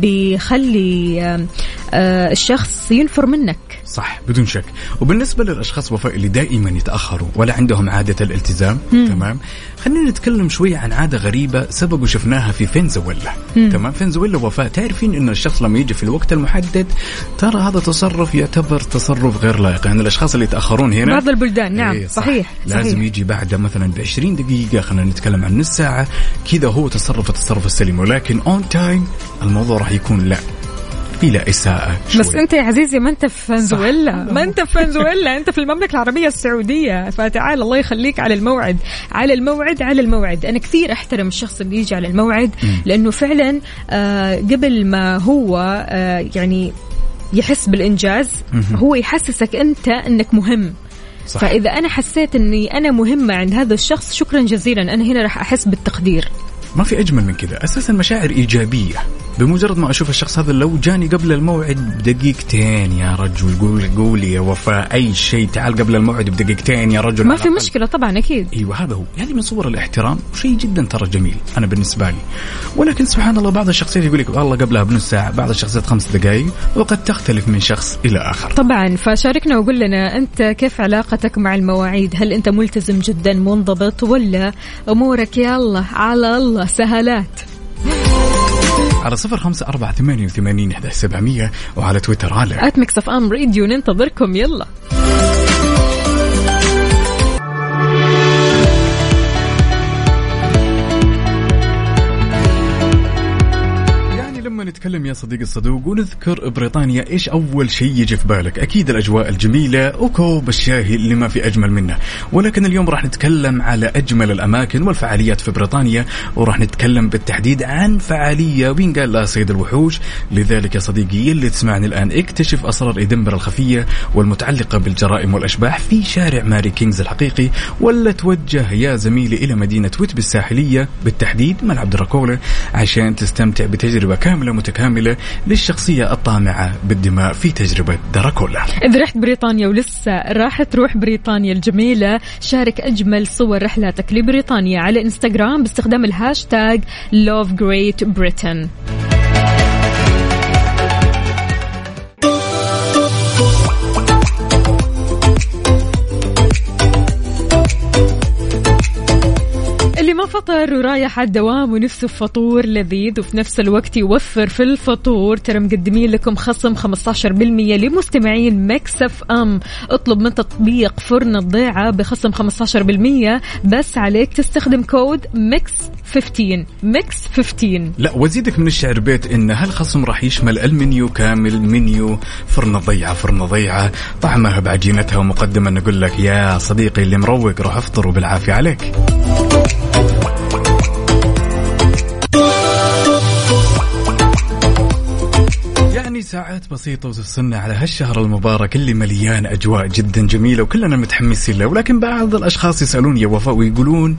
بيخلي الشخص ينفر منك. صح بدون شك. وبالنسبة للأشخاص وفاء اللي دائما يتأخروا ولا عندهم عادة الالتزام، تمام، خلينا نتكلم شوية عن عادة غريبة سبق وشفناها في فنزويلا. تمام، فنزويلا وفاء، تعرفين إن الشخص لما يجي في الوقت المحدد ترى هذا تصرف يعتبر تصرف غير لائق. يعني الأشخاس اللي يتأخرون هنا بعض البلدان نعم صحيح لازم يجي بعد مثلا ب20 دقيقة، خلينا نتكلم عن نص ساعة كذا، هو التصرف السليم. ولكن اون تايم الموضوع راح يكون لا لا إساءة شوي. بس أنت يا عزيزي ما أنت في فنزويلا، ما أنت في فنزويلا، أنت في المملكة العربية السعودية. فتعال الله يخليك على الموعد على الموعد على الموعد. أنا كثير أحترم الشخص اللي يجي على الموعد، لأنه فعلا قبل ما هو يعني يحس بالإنجاز، هو يحسسك أنت أنك مهم. صح. فإذا أنا حسيت أني أنا مهمة عند هذا الشخص، شكرا جزيلا، أنا هنا راح أحس بالتقدير. ما في أجمل من كذا. أساسا مشاعر إيجابية. بمجرد ما أشوف الشخص هذا لو جاني قبل الموعد بدقيقتين يا رجل، قولي يا وفاء أي شيء، تعال قبل الموعد بدقيقتين يا رجل، ما في مشكلة طبعا أكيد. أيوة هذا هو، يعني من صور الاحترام شيء جدا ترى جميل أنا بالنسبة لي. ولكن سبحان الله بعض الشخصيات يقول لك والله قبلها بنص ساعة، بعض الشخصيات 5 دقائق، وقد تختلف من شخص إلى آخر. طبعا فشاركنا وقول لنا أنت كيف علاقتك مع المواعيد، هل أنت ملتزم جدا منضبط ولا أمورك يلا على الله سهلات؟ على 0548811700 وعلى تويتر على @mixfm.radio. ننتظركم يلا. نتكلم يا صديق الصدوق ونذكر بريطانيا، إيش أول شيء يجي في بالك؟ أكيد الأجواء الجميلة وكوب الشاي اللي ما في أجمل منه. ولكن اليوم راح نتكلم على أجمل الأماكن والفعاليات في بريطانيا، وراح نتكلم بالتحديد عن فعالية وين قال لا صيد الوحوش. لذلك يا صديقي اللي تسمعني الآن، اكتشف أسرار إدنبرا الخفية والمتعلقة بالجرائم والأشباح في شارع ماري كينغز الحقيقي، ولا توجه يا زميلي إلى مدينة ويتبي الساحلية بالتحديد ملعب دراكولا عشان تستمتع بتجربة كاملة متكاملة للشخصية الطامعة بالدماء في تجربة دراكولا. إذا رحت بريطانيا ولسه راح تروح بريطانيا الجميلة، شارك أجمل صور رحلاتك لبريطانيا على إنستغرام باستخدام الهاشتاج Love Great Britain. فطر ورايح على الدوام ونفسه فطور لذيذ وفي نفس الوقت يوفر في الفطور، ترى مقدمين لكم خصم 15% لمستمعين ميكس اف ام. اطلب من تطبيق فرن الضيعة بخصم 15%، بس عليك تستخدم كود ميكس 15. لا وزيدك من الشعر بيت إن هالخصم راح يشمل المنيو كامل، منيو فرن ضيعة طعمها بعجينتها، ومقدما نقول لك يا صديقي اللي مروق روح افطر وبالعافية عليك. يعني ساعات بسيطة وتوصلنا على هالشهر المبارك اللي مليان أجواء جدا جميلة وكلنا متحمسين له، ولكن بعض الأشخاص يسألون يا وفاء ويقولون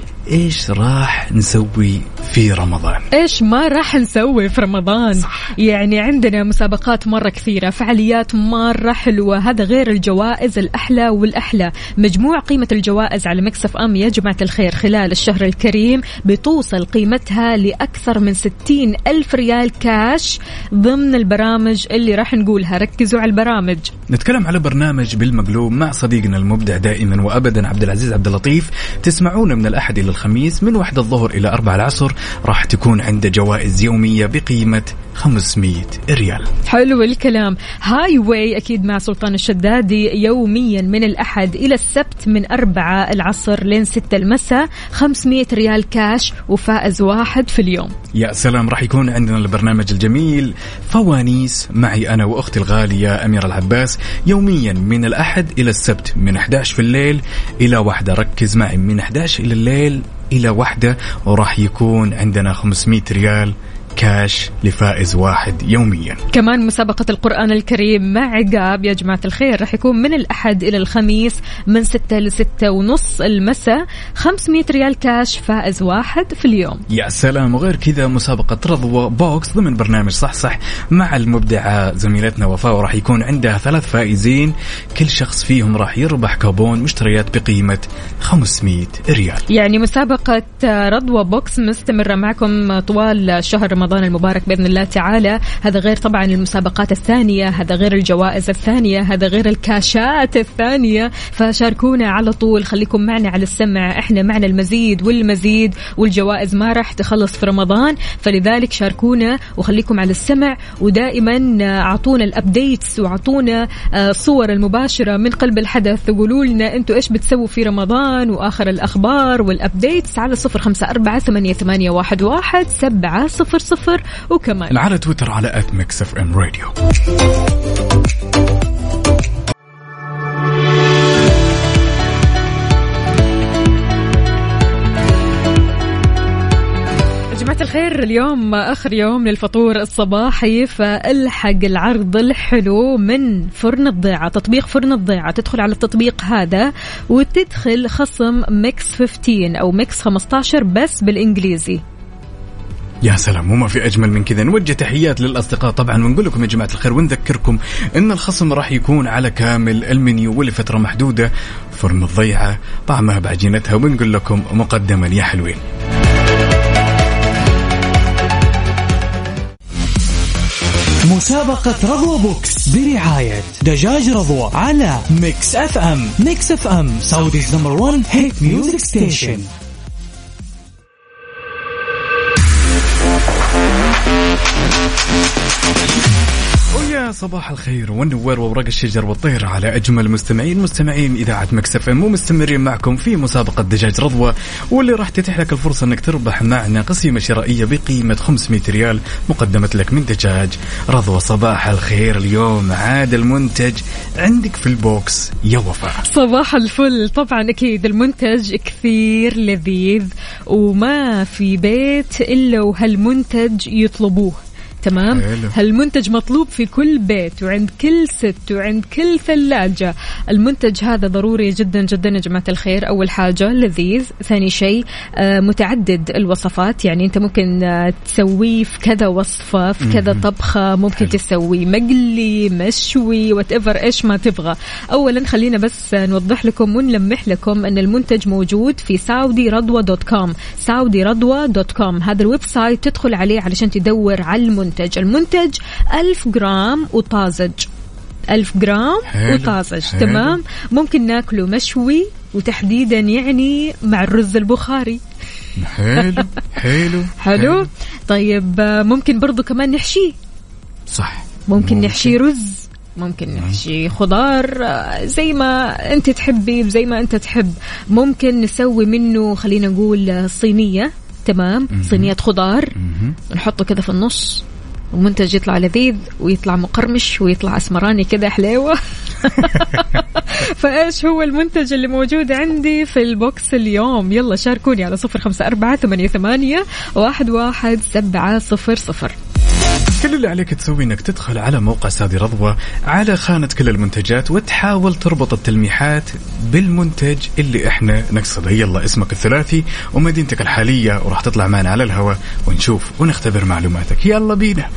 إيش راح نسوي في رمضان؟ إيش ما راح نسوي في رمضان؟ صح. يعني عندنا مسابقات مرة كثيرة، فعاليات مرة حلوة، هذا غير الجوائز الأحلى والأحلى. مجموع قيمة الجوائز على ميكس اف ام يا جماعة الخير خلال الشهر الكريم بتوصل قيمتها لأكثر من 60,000 ريال كاش ضمن البرامج اللي راح نقولها. ركزوا على البرامج. نتكلم على برنامج بالمقلوب مع صديقنا المبدع دائما وأبدا عبد العزيز عبد اللطيف، تسمعونا من الأحد إلى الخميس من 1 الظهر إلى 4 العصر، راح تكون عنده جوائز يومية بقيمة 500 ريال. حلو الكلام. هاي واي أكيد مع سلطان الشدادي يوميا من الأحد إلى السبت من 4 العصر لين 6 المساء، 500 ريال كاش وفائز واحد في اليوم. يا سلام. راح يكون عندنا البرنامج الجميل فوانيس معي أنا وأختي الغالية أميرة العباس يوميا من الأحد إلى السبت من 11 في الليل إلى 1. ركز معي، من 11 إلى الليل إلى 1، وراح يكون عندنا 500 ريال كاش لفائز واحد يوميا. كمان مسابقة القرآن الكريم مع عقاب يا جماعة الخير راح يكون من الأحد إلى الخميس من 6 ل 6:30 المساء، 500 ريال كاش فائز واحد في اليوم. يا سلام. وغير كذا مسابقة رضوى بوكس ضمن برنامج صح مع المبدعة زميلتنا وفاء، وراح يكون عندها 3 فائزين، كل شخص فيهم راح يربح كوبون مشتريات بقيمة 500 ريال. يعني مسابقة رضوى بوكس مستمرة معكم طوال شهر رمضان المبارك بإذن الله تعالى. هذا غير طبعا المسابقات الثانية، هذا غير الجوائز الثانية، هذا غير الكاشات الثانية. فشاركونا على طول، خليكم معنا على السمع، احنا معنا المزيد والمزيد، والجوائز ما راح تخلص في رمضان، فلذلك شاركونا وخليكم على السمع، ودائما اعطونا الابديتس واعطونا الصور المباشرة من قلب الحدث، وقولوا لنا انتوا ايش بتسووا في رمضان واخر الاخبار والابديتس على 0548811700 وكمان على تويتر على @mixfmradio. جماعة الخير اليوم آخر يوم للفطور الصباحي، فالحق العرض الحلو من فرن الضيعة، تطبيق فرن الضيعة. تدخل على التطبيق هذا وتدخل خصم ميكس 15 أو ميكس 15 بس بالإنجليزي. يا سلام، وما في أجمل من كذا. نوجه تحيات للأصدقاء طبعا، ونقول لكم يا جماعة الخير ونذكركم إن الخصم راح يكون على كامل المنيو ولفترة محدودة. فرن الضيعة طعمها بعجينتها، ونقول لكم مقدما يا حلوين. مسابقة رضوى بوكس برعاية دجاج رضوى على ميكس اف ام. ميكس اف ام سعوديز نمبر 1 هيت ميوزك ستيشن. ويا صباح الخير والنوار وورق الشجر والطير على أجمل مستمعين إذاعة ميكس اف ام، ومستمرين معكم في مسابقة دجاج رضوى، واللي راح تتيح لك الفرصة أنك تربح معنا قسيمة شرائية بقيمة 500 ريال مقدمة لك من دجاج رضوى. صباح الخير. اليوم عاد المنتج عندك في البوكس يا وفاء. صباح الفل. طبعا أكيد المنتج كثير لذيذ، وما في بيت إلا وهالمنتج يطلبوه. تمام. هالمنتج مطلوب في كل بيت وعند كل ست وعند كل ثلاجة. المنتج هذا ضروري جدا جدا يا جماعة الخير. أول حاجة لذيذ، ثاني شيء متعدد الوصفات، يعني أنت ممكن تسويه في كذا وصفة، في كذا طبخة، ممكن تسويه مقلي مشوي whatever إيش ما تبغى. أولا خلينا بس نوضح لكم ونلمح لكم أن المنتج موجود في saudiradwa.com. saudiradwa.com هذا الويب سايت تدخل عليه علشان تدور على المنتج. المنتج 1000 جرام وطازج، 1000 جرام وطازج. تمام. ممكن ناكله مشوي، وتحديدا يعني مع الرز البخاري. حلو. طيب ممكن برضو كمان نحشي. صح. ممكن نحشي رز، ممكن نحشي خضار، زي ما انت تحبي زي ما انت تحب. ممكن نسوي منه خلينا نقول صينية، تمام، صينية خضار نحطه كده في النص، ومنتج يطلع لذيذ ويطلع مقرمش ويطلع اسمراني كده حليوة. فايش هو المنتج اللي موجود عندي في البوكس اليوم؟ يلا شاركوني على 0548811700. كل اللي عليك تسوي انك تدخل على موقع سادي رضوى على خانة كل المنتجات وتحاول تربط التلميحات بالمنتج اللي احنا نقصده. يلا اسمك الثلاثي ومدينتك الحالية وراح تطلع معنا على الهواء ونشوف ونختبر معلوماتك. يلا بينا.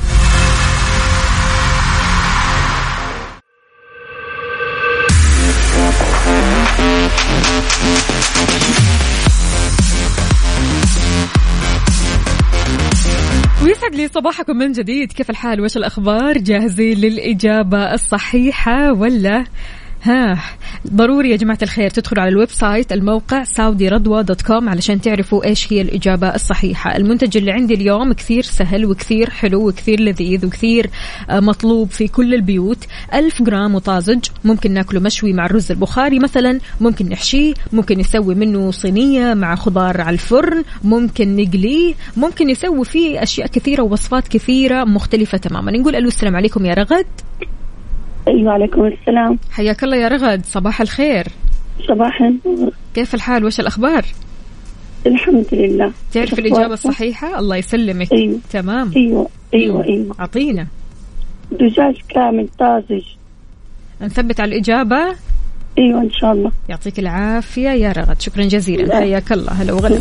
ويسعد لي صباحكم من جديد. كيف الحال؟ وش الأخبار؟ جاهزين للإجابة الصحيحة ولا ضروري يا جماعة الخير تدخلوا على الويب سايت الموقع saudiradwa.com علشان تعرفوا إيش هي الإجابة الصحيحة. المنتج اللي عندي اليوم كثير سهل وكثير حلو وكثير لذيذ وكثير مطلوب في كل البيوت. 1000 جرام وطازج، ممكن ناكله مشوي مع الرز البخاري مثلا، ممكن نحشيه، ممكن نسوي منه صينية مع خضار على الفرن، ممكن نقليه، ممكن يسوي فيه أشياء كثيرة ووصفات كثيرة مختلفة تماما. نقول ألو السلام عليكم يا رغد. أيوة عليكم السلام. حياك الله يا رغد، صباح الخير. صباح النور. كيف الحال؟ وش الأخبار؟ الحمد لله. تعرف الإجابة الصحيحة؟ الله يسلمك. أيوة. تمام. أيوة. أعطينا. دجاج كامل طازج. نثبت على الإجابة. أيوة إن شاء الله. يعطيك العافية يا رغد، شكرا جزيلا. حياك الله. هلا وغلا.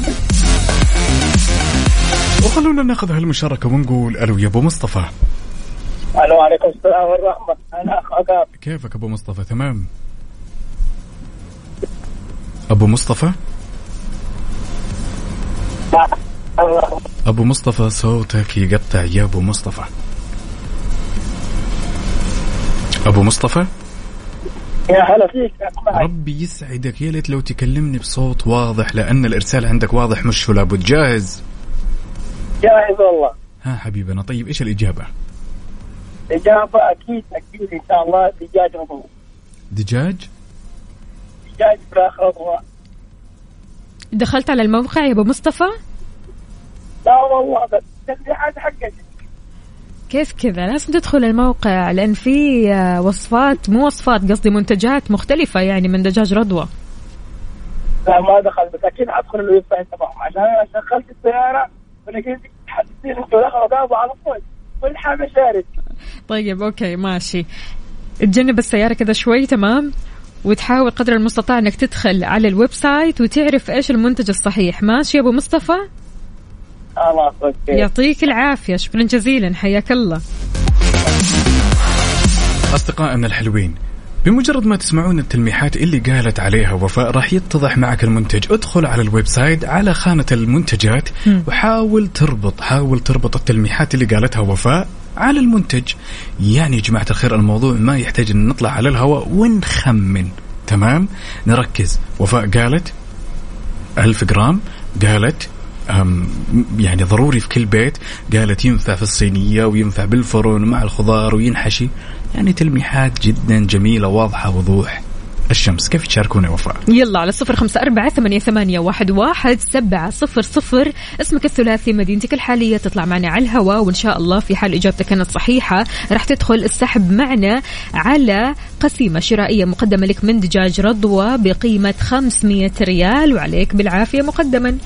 وخلونا ناخذ هالمشاركة ونقول ألو يا أبو مصطفى. الو عليكم السلام والرحمة. أنا أخ عقاب. كيفك أبو مصطفى؟ تمام أبو مصطفى. أبو مصطفى صوتك يقطع يا أبو مصطفى. أبو مصطفى يا هلا فيك. ربي يسعدك، يا ليت لو تكلمني بصوت واضح لأن الإرسال عندك واضح مش لابد. جاهز والله. حبيبنا. طيب إيش الإجابة؟ إجابة أكيد إن شاء الله دجاج رضوى. دجاج فراخ رضوى. دخلت على الموقع يا أبو مصطفى؟ لا والله بس تلميحات حقك. كيف كذا؟ لازم تدخل الموقع لأن في وصفات، مو وصفات قصدي منتجات مختلفة يعني من دجاج رضوى. لا ما دخلت، بس أكيد أدخل الويب سايت تبعهم عشان أنا شغلت السيارة ولقيت حدثين أنتوا دخلوا على طول كل حاجة شارك. طيب أوكي ماشي، تجنب السيارة كذا شوي تمام، وتحاول قدر المستطاع أنك تدخل على الويب سايت وتعرف إيش المنتج الصحيح. ماشي يا أبو مصطفى؟ الله أكبر. يعطيك العافية، شكرا جزيلا. حياك الله. أصدقائنا الحلوين، بمجرد ما تسمعون التلميحات اللي قالت عليها وفاء راح يتضح معك المنتج. ادخل على الويب سايت على خانة المنتجات وحاول تربط التلميحات اللي قالتها وفاء على المنتج. يعني يا جماعة الخير الموضوع ما يحتاج أن نطلع على الهواء ونخمن. تمام، نركز. وفاء قالت 1000 جرام، قالت يعني ضروري في كل بيت، قالت ينفع في الصينية وينفع بالفرن مع الخضار وينحشي. يعني تلميحات جدا جميلة واضحة وضوح الشمس. كيف تشاركونا وفاء؟ يلا على 0548811700. اسمك الثلاثي، مدينتك الحالية، تطلع معنا على الهواء، وإن شاء الله في حال إجابتك كانت صحيحة راح تدخل السحب معنا على قسيمة شرائية مقدمة لك من دجاج رضوى بقيمة 500 ريال، وعليك بالعافية مقدما.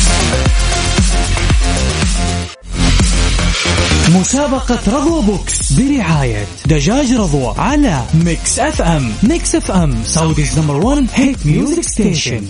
مسابقة رضوى بوكس برعاية دجاج رضوى على ميكس اف ام. ميكس اف ام سعوديز نمبر 1 هيت ميوزك ستيشن.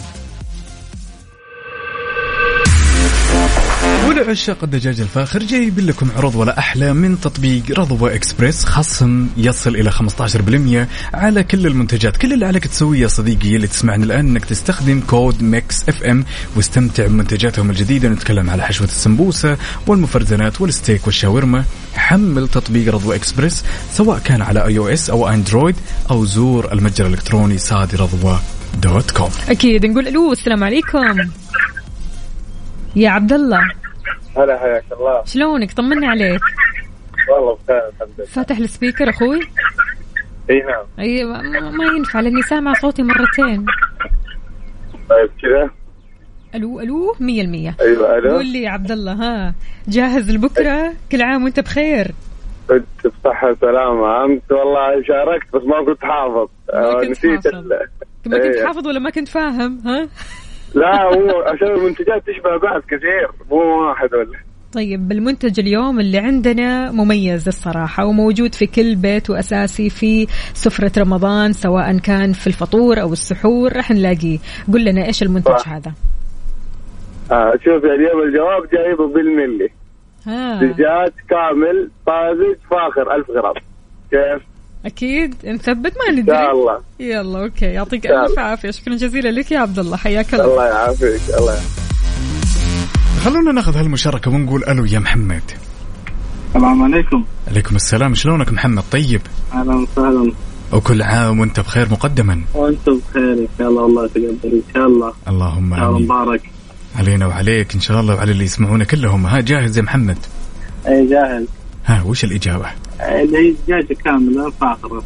ولعشاق الدجاج الفاخر جايب لكم عروض ولا أحلى من تطبيق رضوى إكسبريس، خصم يصل إلى 15% على كل المنتجات. كل اللي عليك تسويه يا صديقي اللي تسمعني الآن أنك تستخدم كود ميكس اف ام واستمتع بمنتجاتهم الجديدة. نتكلم على حشوة السمبوسة والمفرزنات والستيك والشاورما. حمل تطبيق رضوى إكسبريس سواء كان على iOS أو أندرويد، أو زور المتجر الإلكتروني sadirضوى.com. أكيد نقول ألو السلام عليكم. يا عبد الله، هلا حياك الله. شلونك؟ طمني عليك. والله بخير الحمد لله. فاتح السبيكر أخوي؟ اي نعم. أي ما ينفع لأني سامع صوتي مرتين. طيب كذا. ألو 100%. أيوة ألو. قول لي يا عبد الله، ها جاهز لبكرة؟ كل عام وأنت بخير. كنت بصحة وسلامة. أمس والله شاركت بس ما كنت حافظ. نسيت. ما كنت حافظ ولا ما كنت فاهم؟ ها؟ لا هو عشان المنتجات تشبه بعض كثير، مو واحد ولا. طيب المنتج اليوم اللي عندنا مميز الصراحة، وموجود في كل بيت وأساسي في سفرة رمضان، سواء كان في الفطور أو السحور راح نلاقيه. قل لنا إيش المنتج هذا؟ شوف اليوم الجواب جايبه بالملي. دجاج كامل طازج فاخر 1000 غرام. كيف؟ أكيد نثبت ما ندري. إن شاء الله. يلا أوكي، يعطيك ألف عافية. شكرا جزيلا لك يا عبد الله، حياك الله. الله يعافيك. الله يعافيك. خلونا ناخذ هالمشاركة ونقول ألو يا محمد. السلام عليكم. عليكم السلام، شلونك محمد؟ طيب. أهلا وسهلا. وكل عام وانت بخير مقدما. وانت بخير إن شاء الله. الله يتقبل إن شاء الله. اللهم آمين. مبارك علينا وعليك إن شاء الله وعلى اللي يسمعونا كلهم. ها جاهز يا محمد؟ أي جاهز. ها وش الإجابة؟ اللي هي دجاجة كاملة فاخرة.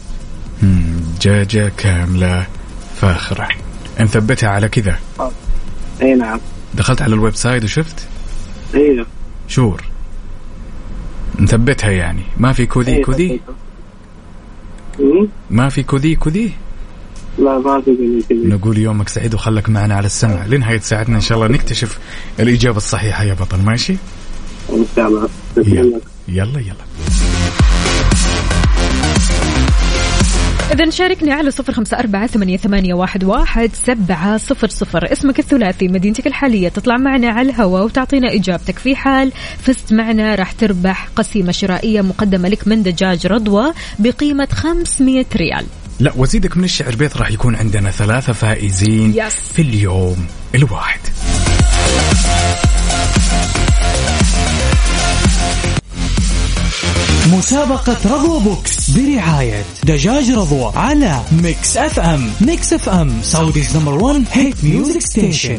دجاجة كاملة فاخرة. نثبتها على كذا. أي نعم. دخلت على الويب سايت وشفت؟ ايوه. شور نثبتها يعني ما في كودي كودي؟ ما في كودي كودي؟ لا ما في كودي. نقول يومك سعيد وخلك معنا على السمع لنهاية ساعتنا إن شاء الله نكتشف الإجابة الصحيحة يا بطل. ماشي إن شاء الله. يلا. إذن شاركني على 0548811700. اسمك الثلاثي، مدينتك الحالية، تطلع معنا على الهواء وتعطينا إجابتك. في حال فزت معنا راح تربح قسيمة شرائية مقدمة لك من دجاج رضوى بقيمة 500 ريال. لا وزيدك من الشعر بيت راح يكون عندنا 3 فائزين في اليوم الواحد. مسابقة رضوى بوكس برعاية دجاج رضوى على ميكس اف ام. ميكس اف ام سعوديز نمبر 1 هيت ميوزك ستيشن.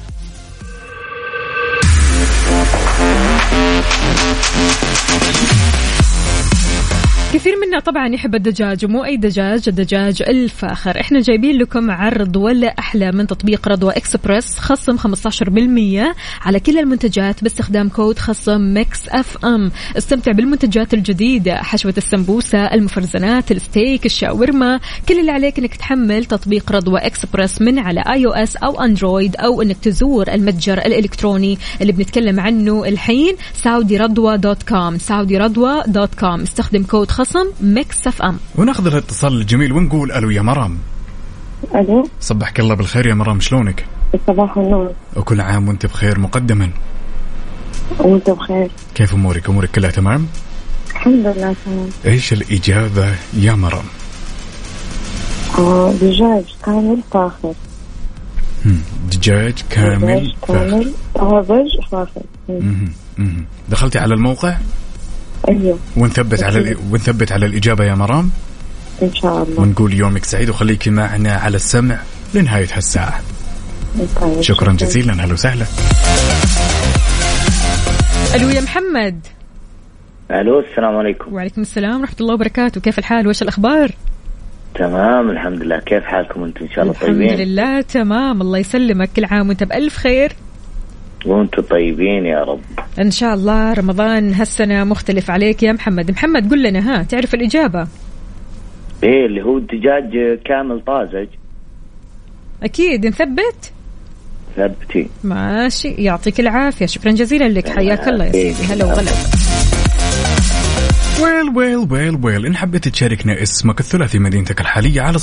كثير منا طبعا يحب الدجاج، ومو أي دجاج، الدجاج الفاخر. احنا جايبين لكم عرض ولا أحلى من تطبيق رضوى إكسبرس، خصم 15% على كل المنتجات باستخدام كود خصم ميكس اف ام. استمتع بالمنتجات الجديدة، حشوة السمبوسة، المفرزنات، الستيك، الشاورما. كل اللي عليك انك تحمل تطبيق رضوى إكسبرس من على iOS أو أندرويد، أو انك تزور المتجر الإلكتروني اللي بنتكلم عنه الحين saudiradwa.com. saudiradwa.com. استخدم كود خصم ميكس اف ام. وناخذ الاتصال الجميل ونقول الو يا مرام. الو صبحك الله بالخير يا مرام، شلونك؟ صباح النور. وكل عام وانت بخير مقدما. وانت بخير. كيف امورك؟ امورك كلها تمام؟ الحمد لله تمام. ايش الاجابه يا مرام؟ دجاج كامل فاخر. دجاج كامل فاخر. طازج فاخر. دخلتي على الموقع؟ ايوه. ونثبت على الإجابة يا مرام إن شاء الله. ونقول يومك سعيد وخليكي معنا على السمع لنهاية هالساعة. شكرا جزيلا. أهلا وسهلا. ألو يا محمد. ألو السلام عليكم. وعليكم السلام ورحمة الله وبركاته. كيف الحال وإيش الأخبار؟ تمام الحمد لله. كيف حالكم أنتم؟ إن شاء الله طيبين؟ الحمد لله تمام الله يسلمك. كل عام وأنت بألف خير. وأنتم طيبين يا رب إن شاء الله. رمضان هالسنة مختلف عليك يا محمد. محمد قل لنا، ها تعرف الإجابة؟ إيه اللي هو الدجاج كامل طازج. أكيد نثبت. ثبتي. ماشي يعطيك العافية. شكرا جزيلا لك. حياك الله يا سيدي. هلا وغلا. ويل إن حبيت تشاركنا اسمك الثلاثي مدينتك الحالية على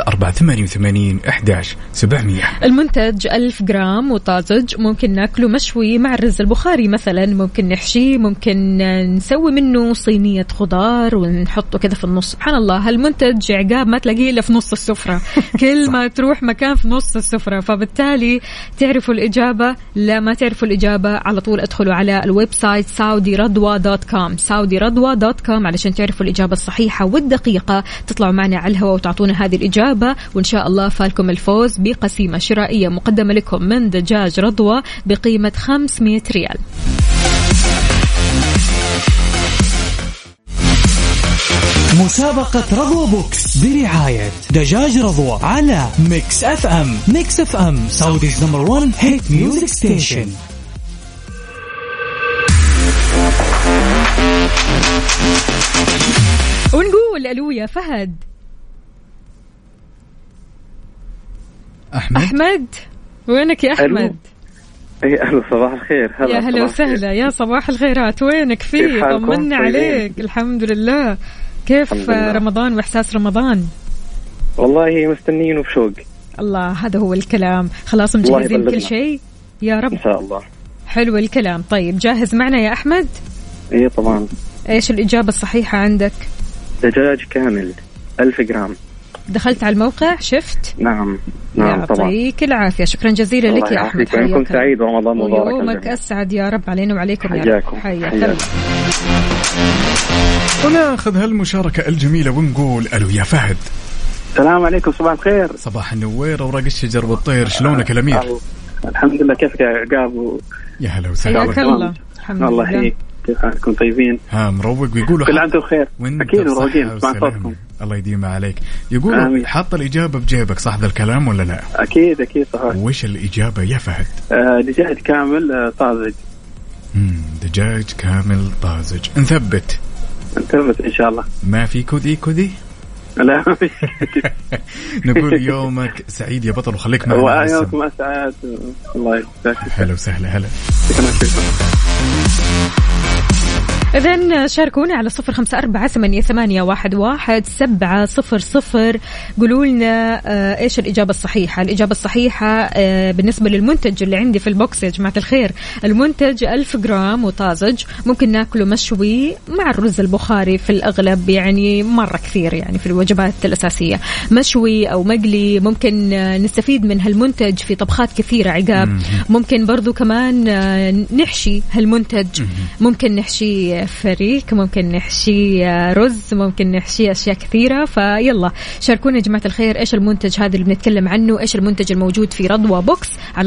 0548811700. المنتج 1000 جرام وطازج، ممكن ناكله مشوي مع الرز البخاري مثلا، ممكن نحشيه، ممكن نسوي منه صينية خضار ونحطه كذا في النص. سبحان الله هالمنتج عقاب ما تلاقيه إلا في نص السفرة. كل ما تروح مكان في نص السفرة. فبالتالي تعرفوا الإجابة؟ لا ما تعرفوا الإجابة على طول ادخلوا على الويب سايت saudiradwa.com. saudiradwa.com. mixfm.com علشان تعرفوا الإجابة الصحيحة والدقيقة. تطلعوا معنا على الهواء وتعطونا هذه الإجابة، وإن شاء الله فالكم الفوز بقسيمة شرائية مقدمة لكم من دجاج رضوى بقيمة 500 ريال. مسابقة رضوى بوكس برعاية دجاج رضوى على ميكس اف ام. ميكس اف ام سعوديز نمبر 1 هيت ميوزك ستيشن. ونقول ألو يا فهد. أحمد وينك يا أحمد؟ اي اهلا صباح الخير. يا هلا وسهلا يا صباح الخيرات. وينك فيه؟ طمنا عليك. الحمد لله. كيف رمضان واحساس رمضان؟ والله مستنيين بشوق. الله هذا هو الكلام. خلاص مجهزين كل شيء يا رب ان شاء الله. حلو الكلام. طيب جاهز معنا يا احمد؟ اي طبعا. ايش الاجابه الصحيحه عندك؟ دجاج كامل 1000 جرام. دخلت على الموقع شفت؟ نعم يعطيك العافية. شكرا جزيلا لك يا أحمد. يومكم سعيد ورمضان مبارك. يومك أسعد يا رب علينا وعليكم يا رب. حياكم. وناخذ هالمشاركة الجميلة ونقول ألو يا فهد. السلام عليكم. صباح الخير. صباح النوير ورق الشجر والطير. شلونك الأمير؟ الحمد لله. كيفك يا عقاب؟ يا هلا وسهلا. حياك الله. الحمد لله. يحييك. كيف حالكم؟ طيبين؟ مروق. ويقولوا كل عام وانتم بخير. أكيد مروقين. مع صوتكم. الله يديم عليك. يقولوا حاط الإجابة بجيبك، صح ذا الكلام ولا لا؟ أكيد صحيح. وش الإجابة يا فهد؟ دجاج كامل طازج. دجاج كامل طازج. نثبت إن شاء الله. ما في كذي لا ما في. نقول يومك سعيد يا بطل وخليك معنا. ويومكم أسعد. الله يسعدك. هلا وسهلا. هلا. إذن شاركونا على 0548811700. قولوا لنا إيش الإجابة الصحيحة. الإجابة الصحيحة بالنسبة للمنتج اللي عندي في البوكس يا جماعة الخير، المنتج 1000 جرام وطازج. ممكن ناكله مشوي مع الرز البخاري في الأغلب، يعني مرة كثير يعني في الوجبات الأساسية، مشوي أو مقلي. ممكن نستفيد من هالمنتج في طبخات كثيرة عقاب. ممكن برضو كمان نحشي هالمنتج. ممكن نحشي فريك، ممكن نحشي رز، ممكن نحشي أشياء كثيرة. فيلا شاركونا يا جماعة الخير إيش المنتج هذا اللي بنتكلم عنه، إيش المنتج الموجود في رضوى بوكس على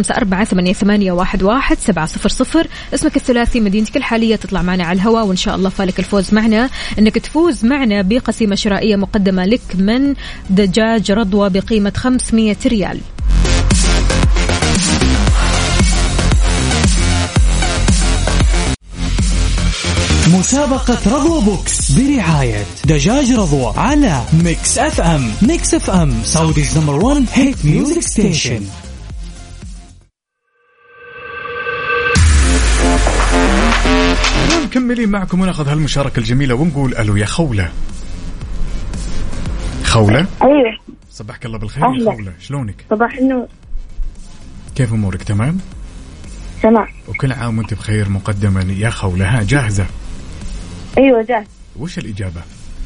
0548811700. اسمك الثلاثي، مدينتك الحالية، تطلع معنا على الهواء وإن شاء الله فالك الفوز معنا، إنك تفوز معنا بقسيمة شرائية مقدمة لك من دجاج رضوى بقيمة 500 ريال. مسابقة رضوى بوكس برعاية دجاج رضوى على ميكس اف ام. ميكس اف ام سعوديز نمبر 1 هيت ميوزك ستيشن. مكملين معكم وناخذ هالمشاركة الجميلة ونقول ألو يا خولة. أيوة. صباحك الله بالخير يا خولة. شلونك؟ صباح النور. كيف أمورك؟ تمام. وكل عام وانت بخير مقدما يا خولة. جاهزة؟ أيوة جاهز. وش الإجابة؟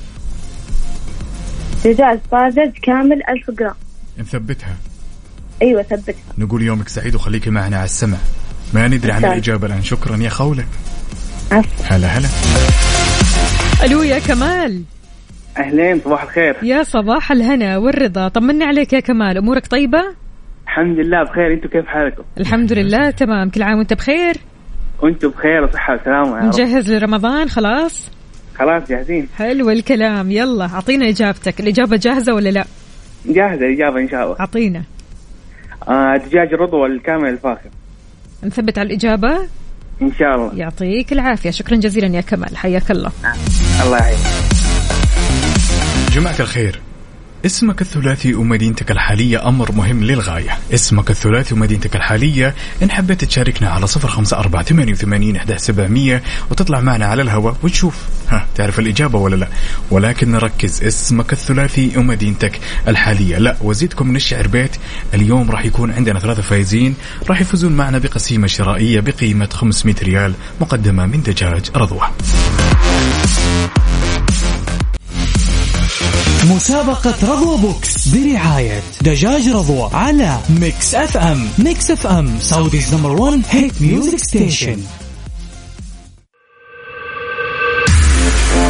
دجاج طازج كامل 1000 جرام. نثبتها. أيوة ثبتها. نقول يومك سعيد وخليك معنا على السمع. ما ندري عن الإجابة الآن. شكرا يا خولة. هلا. ألو يا كمال. أهلين. صباح الخير. يا صباح الهنا والرضا. طمنا عليك يا كمال. أمورك طيبة؟ الحمد لله بخير. انتوا كيف حالكم؟ الحمد لله تمام. كل عام وانت بخير. وانتوا بخير وصحة وسلامة. نجهز لرمضان خلاص جاهزين. حلو الكلام. يلا أعطينا إجابتك. الإجابة جاهزة ولا لا؟ جاهزة الإجابة إن شاء الله. أعطينا. دجاج رضوى الكامل الفاخر. نثبت على الإجابة إن شاء الله. يعطيك العافية. شكرا جزيلا يا كمال. حياك الله. الله يحييك. جماعة الخير، اسمك الثلاثي ومدينتك الحالية أمر مهم للغاية. اسمك الثلاثي ومدينتك الحالية إن حبيت تشاركنا على 0548811700 وتطلع معنا على الهواء وتشوف تعرف الإجابة ولا لا. ولكن نركز، اسمك الثلاثي ومدينتك الحالية. لا وزيدكم من الشعر بيت. اليوم راح يكون عندنا 3 فايزين راح يفوزون معنا بقسيمة شرائية بقيمة 500 ريال مقدمة من دجاج رضوى. مسابقة رضوى بوكس برعاية دجاج رضوى على ميكس اف ام. ميكس اف ام سعوديز نمبر 1 هيت ميوزك ستيشن.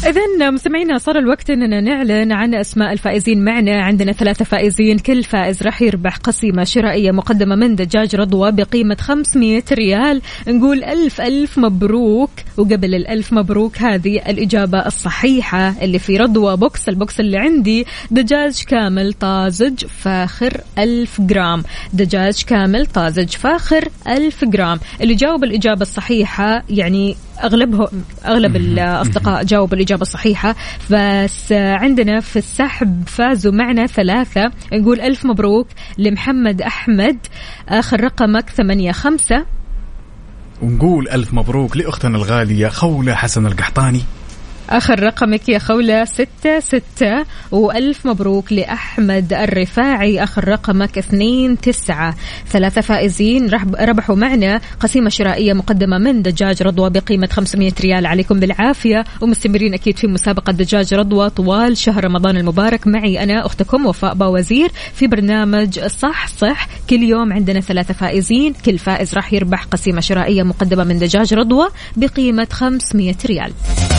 إذن مستمعينا صار الوقت أننا نعلن عن أسماء الفائزين معنا. عندنا 3 فائزين، كل فائز راح يربح قسيمة شرائية مقدمة من دجاج رضوى بقيمة 500 ريال. نقول ألف مبروك. وقبل الألف مبروك هذه الإجابة الصحيحة اللي في رضوى بوكس. البوكس اللي عندي دجاج كامل طازج فاخر 1000 جرام، دجاج كامل طازج فاخر 1000 جرام. اللي جاوب الإجابة الصحيحة يعني أغلب الأصدقاء جاوبوا الإجابة الصحيحة، بس عندنا في السحب فازوا معنا 3. نقول ألف مبروك لمحمد أحمد آخر رقمك 85. ونقول ألف مبروك لأختنا الغالية خولة حسن القحطاني آخر رقمك يا خولة 66. وألف مبروك لأحمد الرفاعي آخر رقمك 29. 3 فائزين ربحوا معنا قسيمة شرائية مقدمة من دجاج رضوى بقيمة 500 ريال. عليكم بالعافية، ومستمرين أكيد في مسابقة دجاج رضوى طوال شهر رمضان المبارك معي أنا أختكم وفاء باوزير في برنامج صح. كل يوم عندنا 3 فائزين، كل فائز راح يربح قسيمة شرائية مقدمة من دجاج رضوى بقيمة 500 ريال.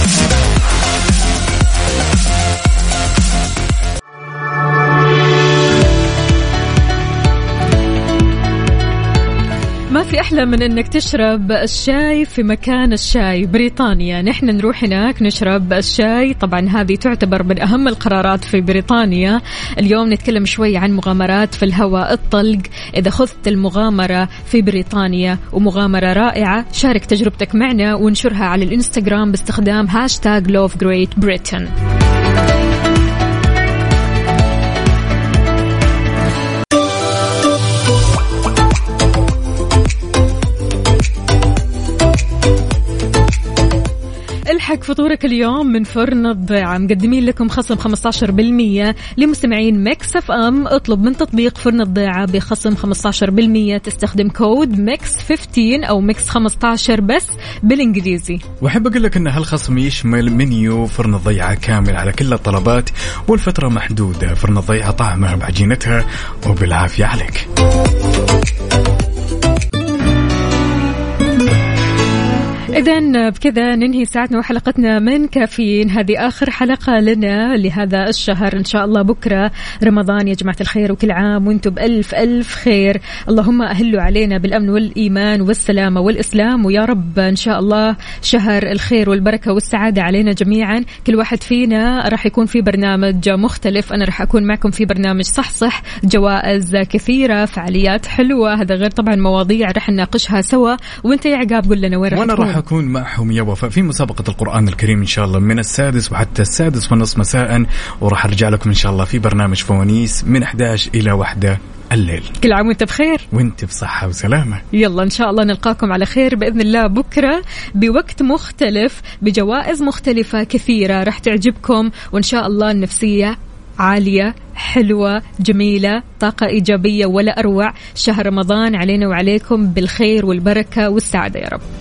ما في أحلى من أنك تشرب الشاي في مكان الشاي. بريطانيا نحن نروح هناك نشرب الشاي، طبعا هذه تعتبر من أهم القرارات في بريطانيا. اليوم نتكلم شوي عن مغامرات في الهواء الطلق. إذا خذت المغامرة في بريطانيا ومغامرة رائعة، شارك تجربتك معنا ونشرها على الإنستغرام باستخدام هاشتاغ Love Great Britain. الحق فطورك اليوم من فرن الضيعة، مقدمين لكم خصم 15% لمستمعين ميكس اف ام. اطلب من تطبيق فرن الضيعة بخصم 15%. تستخدم كود ميكس 15 أو ميكس 15 بس بالإنجليزي. وأحب أقول لك أن هالخصم يشمل منيو فرن الضيعة كامل على كل الطلبات، والفترة محدودة. فرن الضيعة طعمها بعجينتها وبالعافية عليك. إذن بكذا ننهي ساعتنا وحلقتنا من كافيين. هذه آخر حلقة لنا لهذا الشهر. إن شاء الله بكرة رمضان يا جماعة الخير، وكل عام وانتم بألف خير. اللهم أهلوا علينا بالأمن والإيمان والسلامة والإسلام، ويا رب إن شاء الله شهر الخير والبركة والسعادة علينا جميعا. كل واحد فينا راح يكون في برنامج مختلف. أنا راح أكون معكم في برنامج صح، جوائز كثيرة، فعاليات حلوة، هذا غير طبعا مواضيع راح نناقشها سوا. وانت يا عقاب قل لنا وين راح تكون؟ أكون معهم يا وفاء في مسابقة القرآن الكريم إن شاء الله من 6 وحتى 6:30 مساء، وراح أرجع لكم إن شاء الله في برنامج فوانيس من 11 إلى 1 الليل. كل عام وانت بخير وانت بصحة وسلامة. يلا إن شاء الله نلقاكم على خير بإذن الله بكرة بوقت مختلف بجوائز مختلفة كثيرة راح تعجبكم، وإن شاء الله النفسية عالية حلوة جميلة، طاقة إيجابية ولا أروع. شهر رمضان علينا وعليكم بالخير والبركة والسعادة يا رب.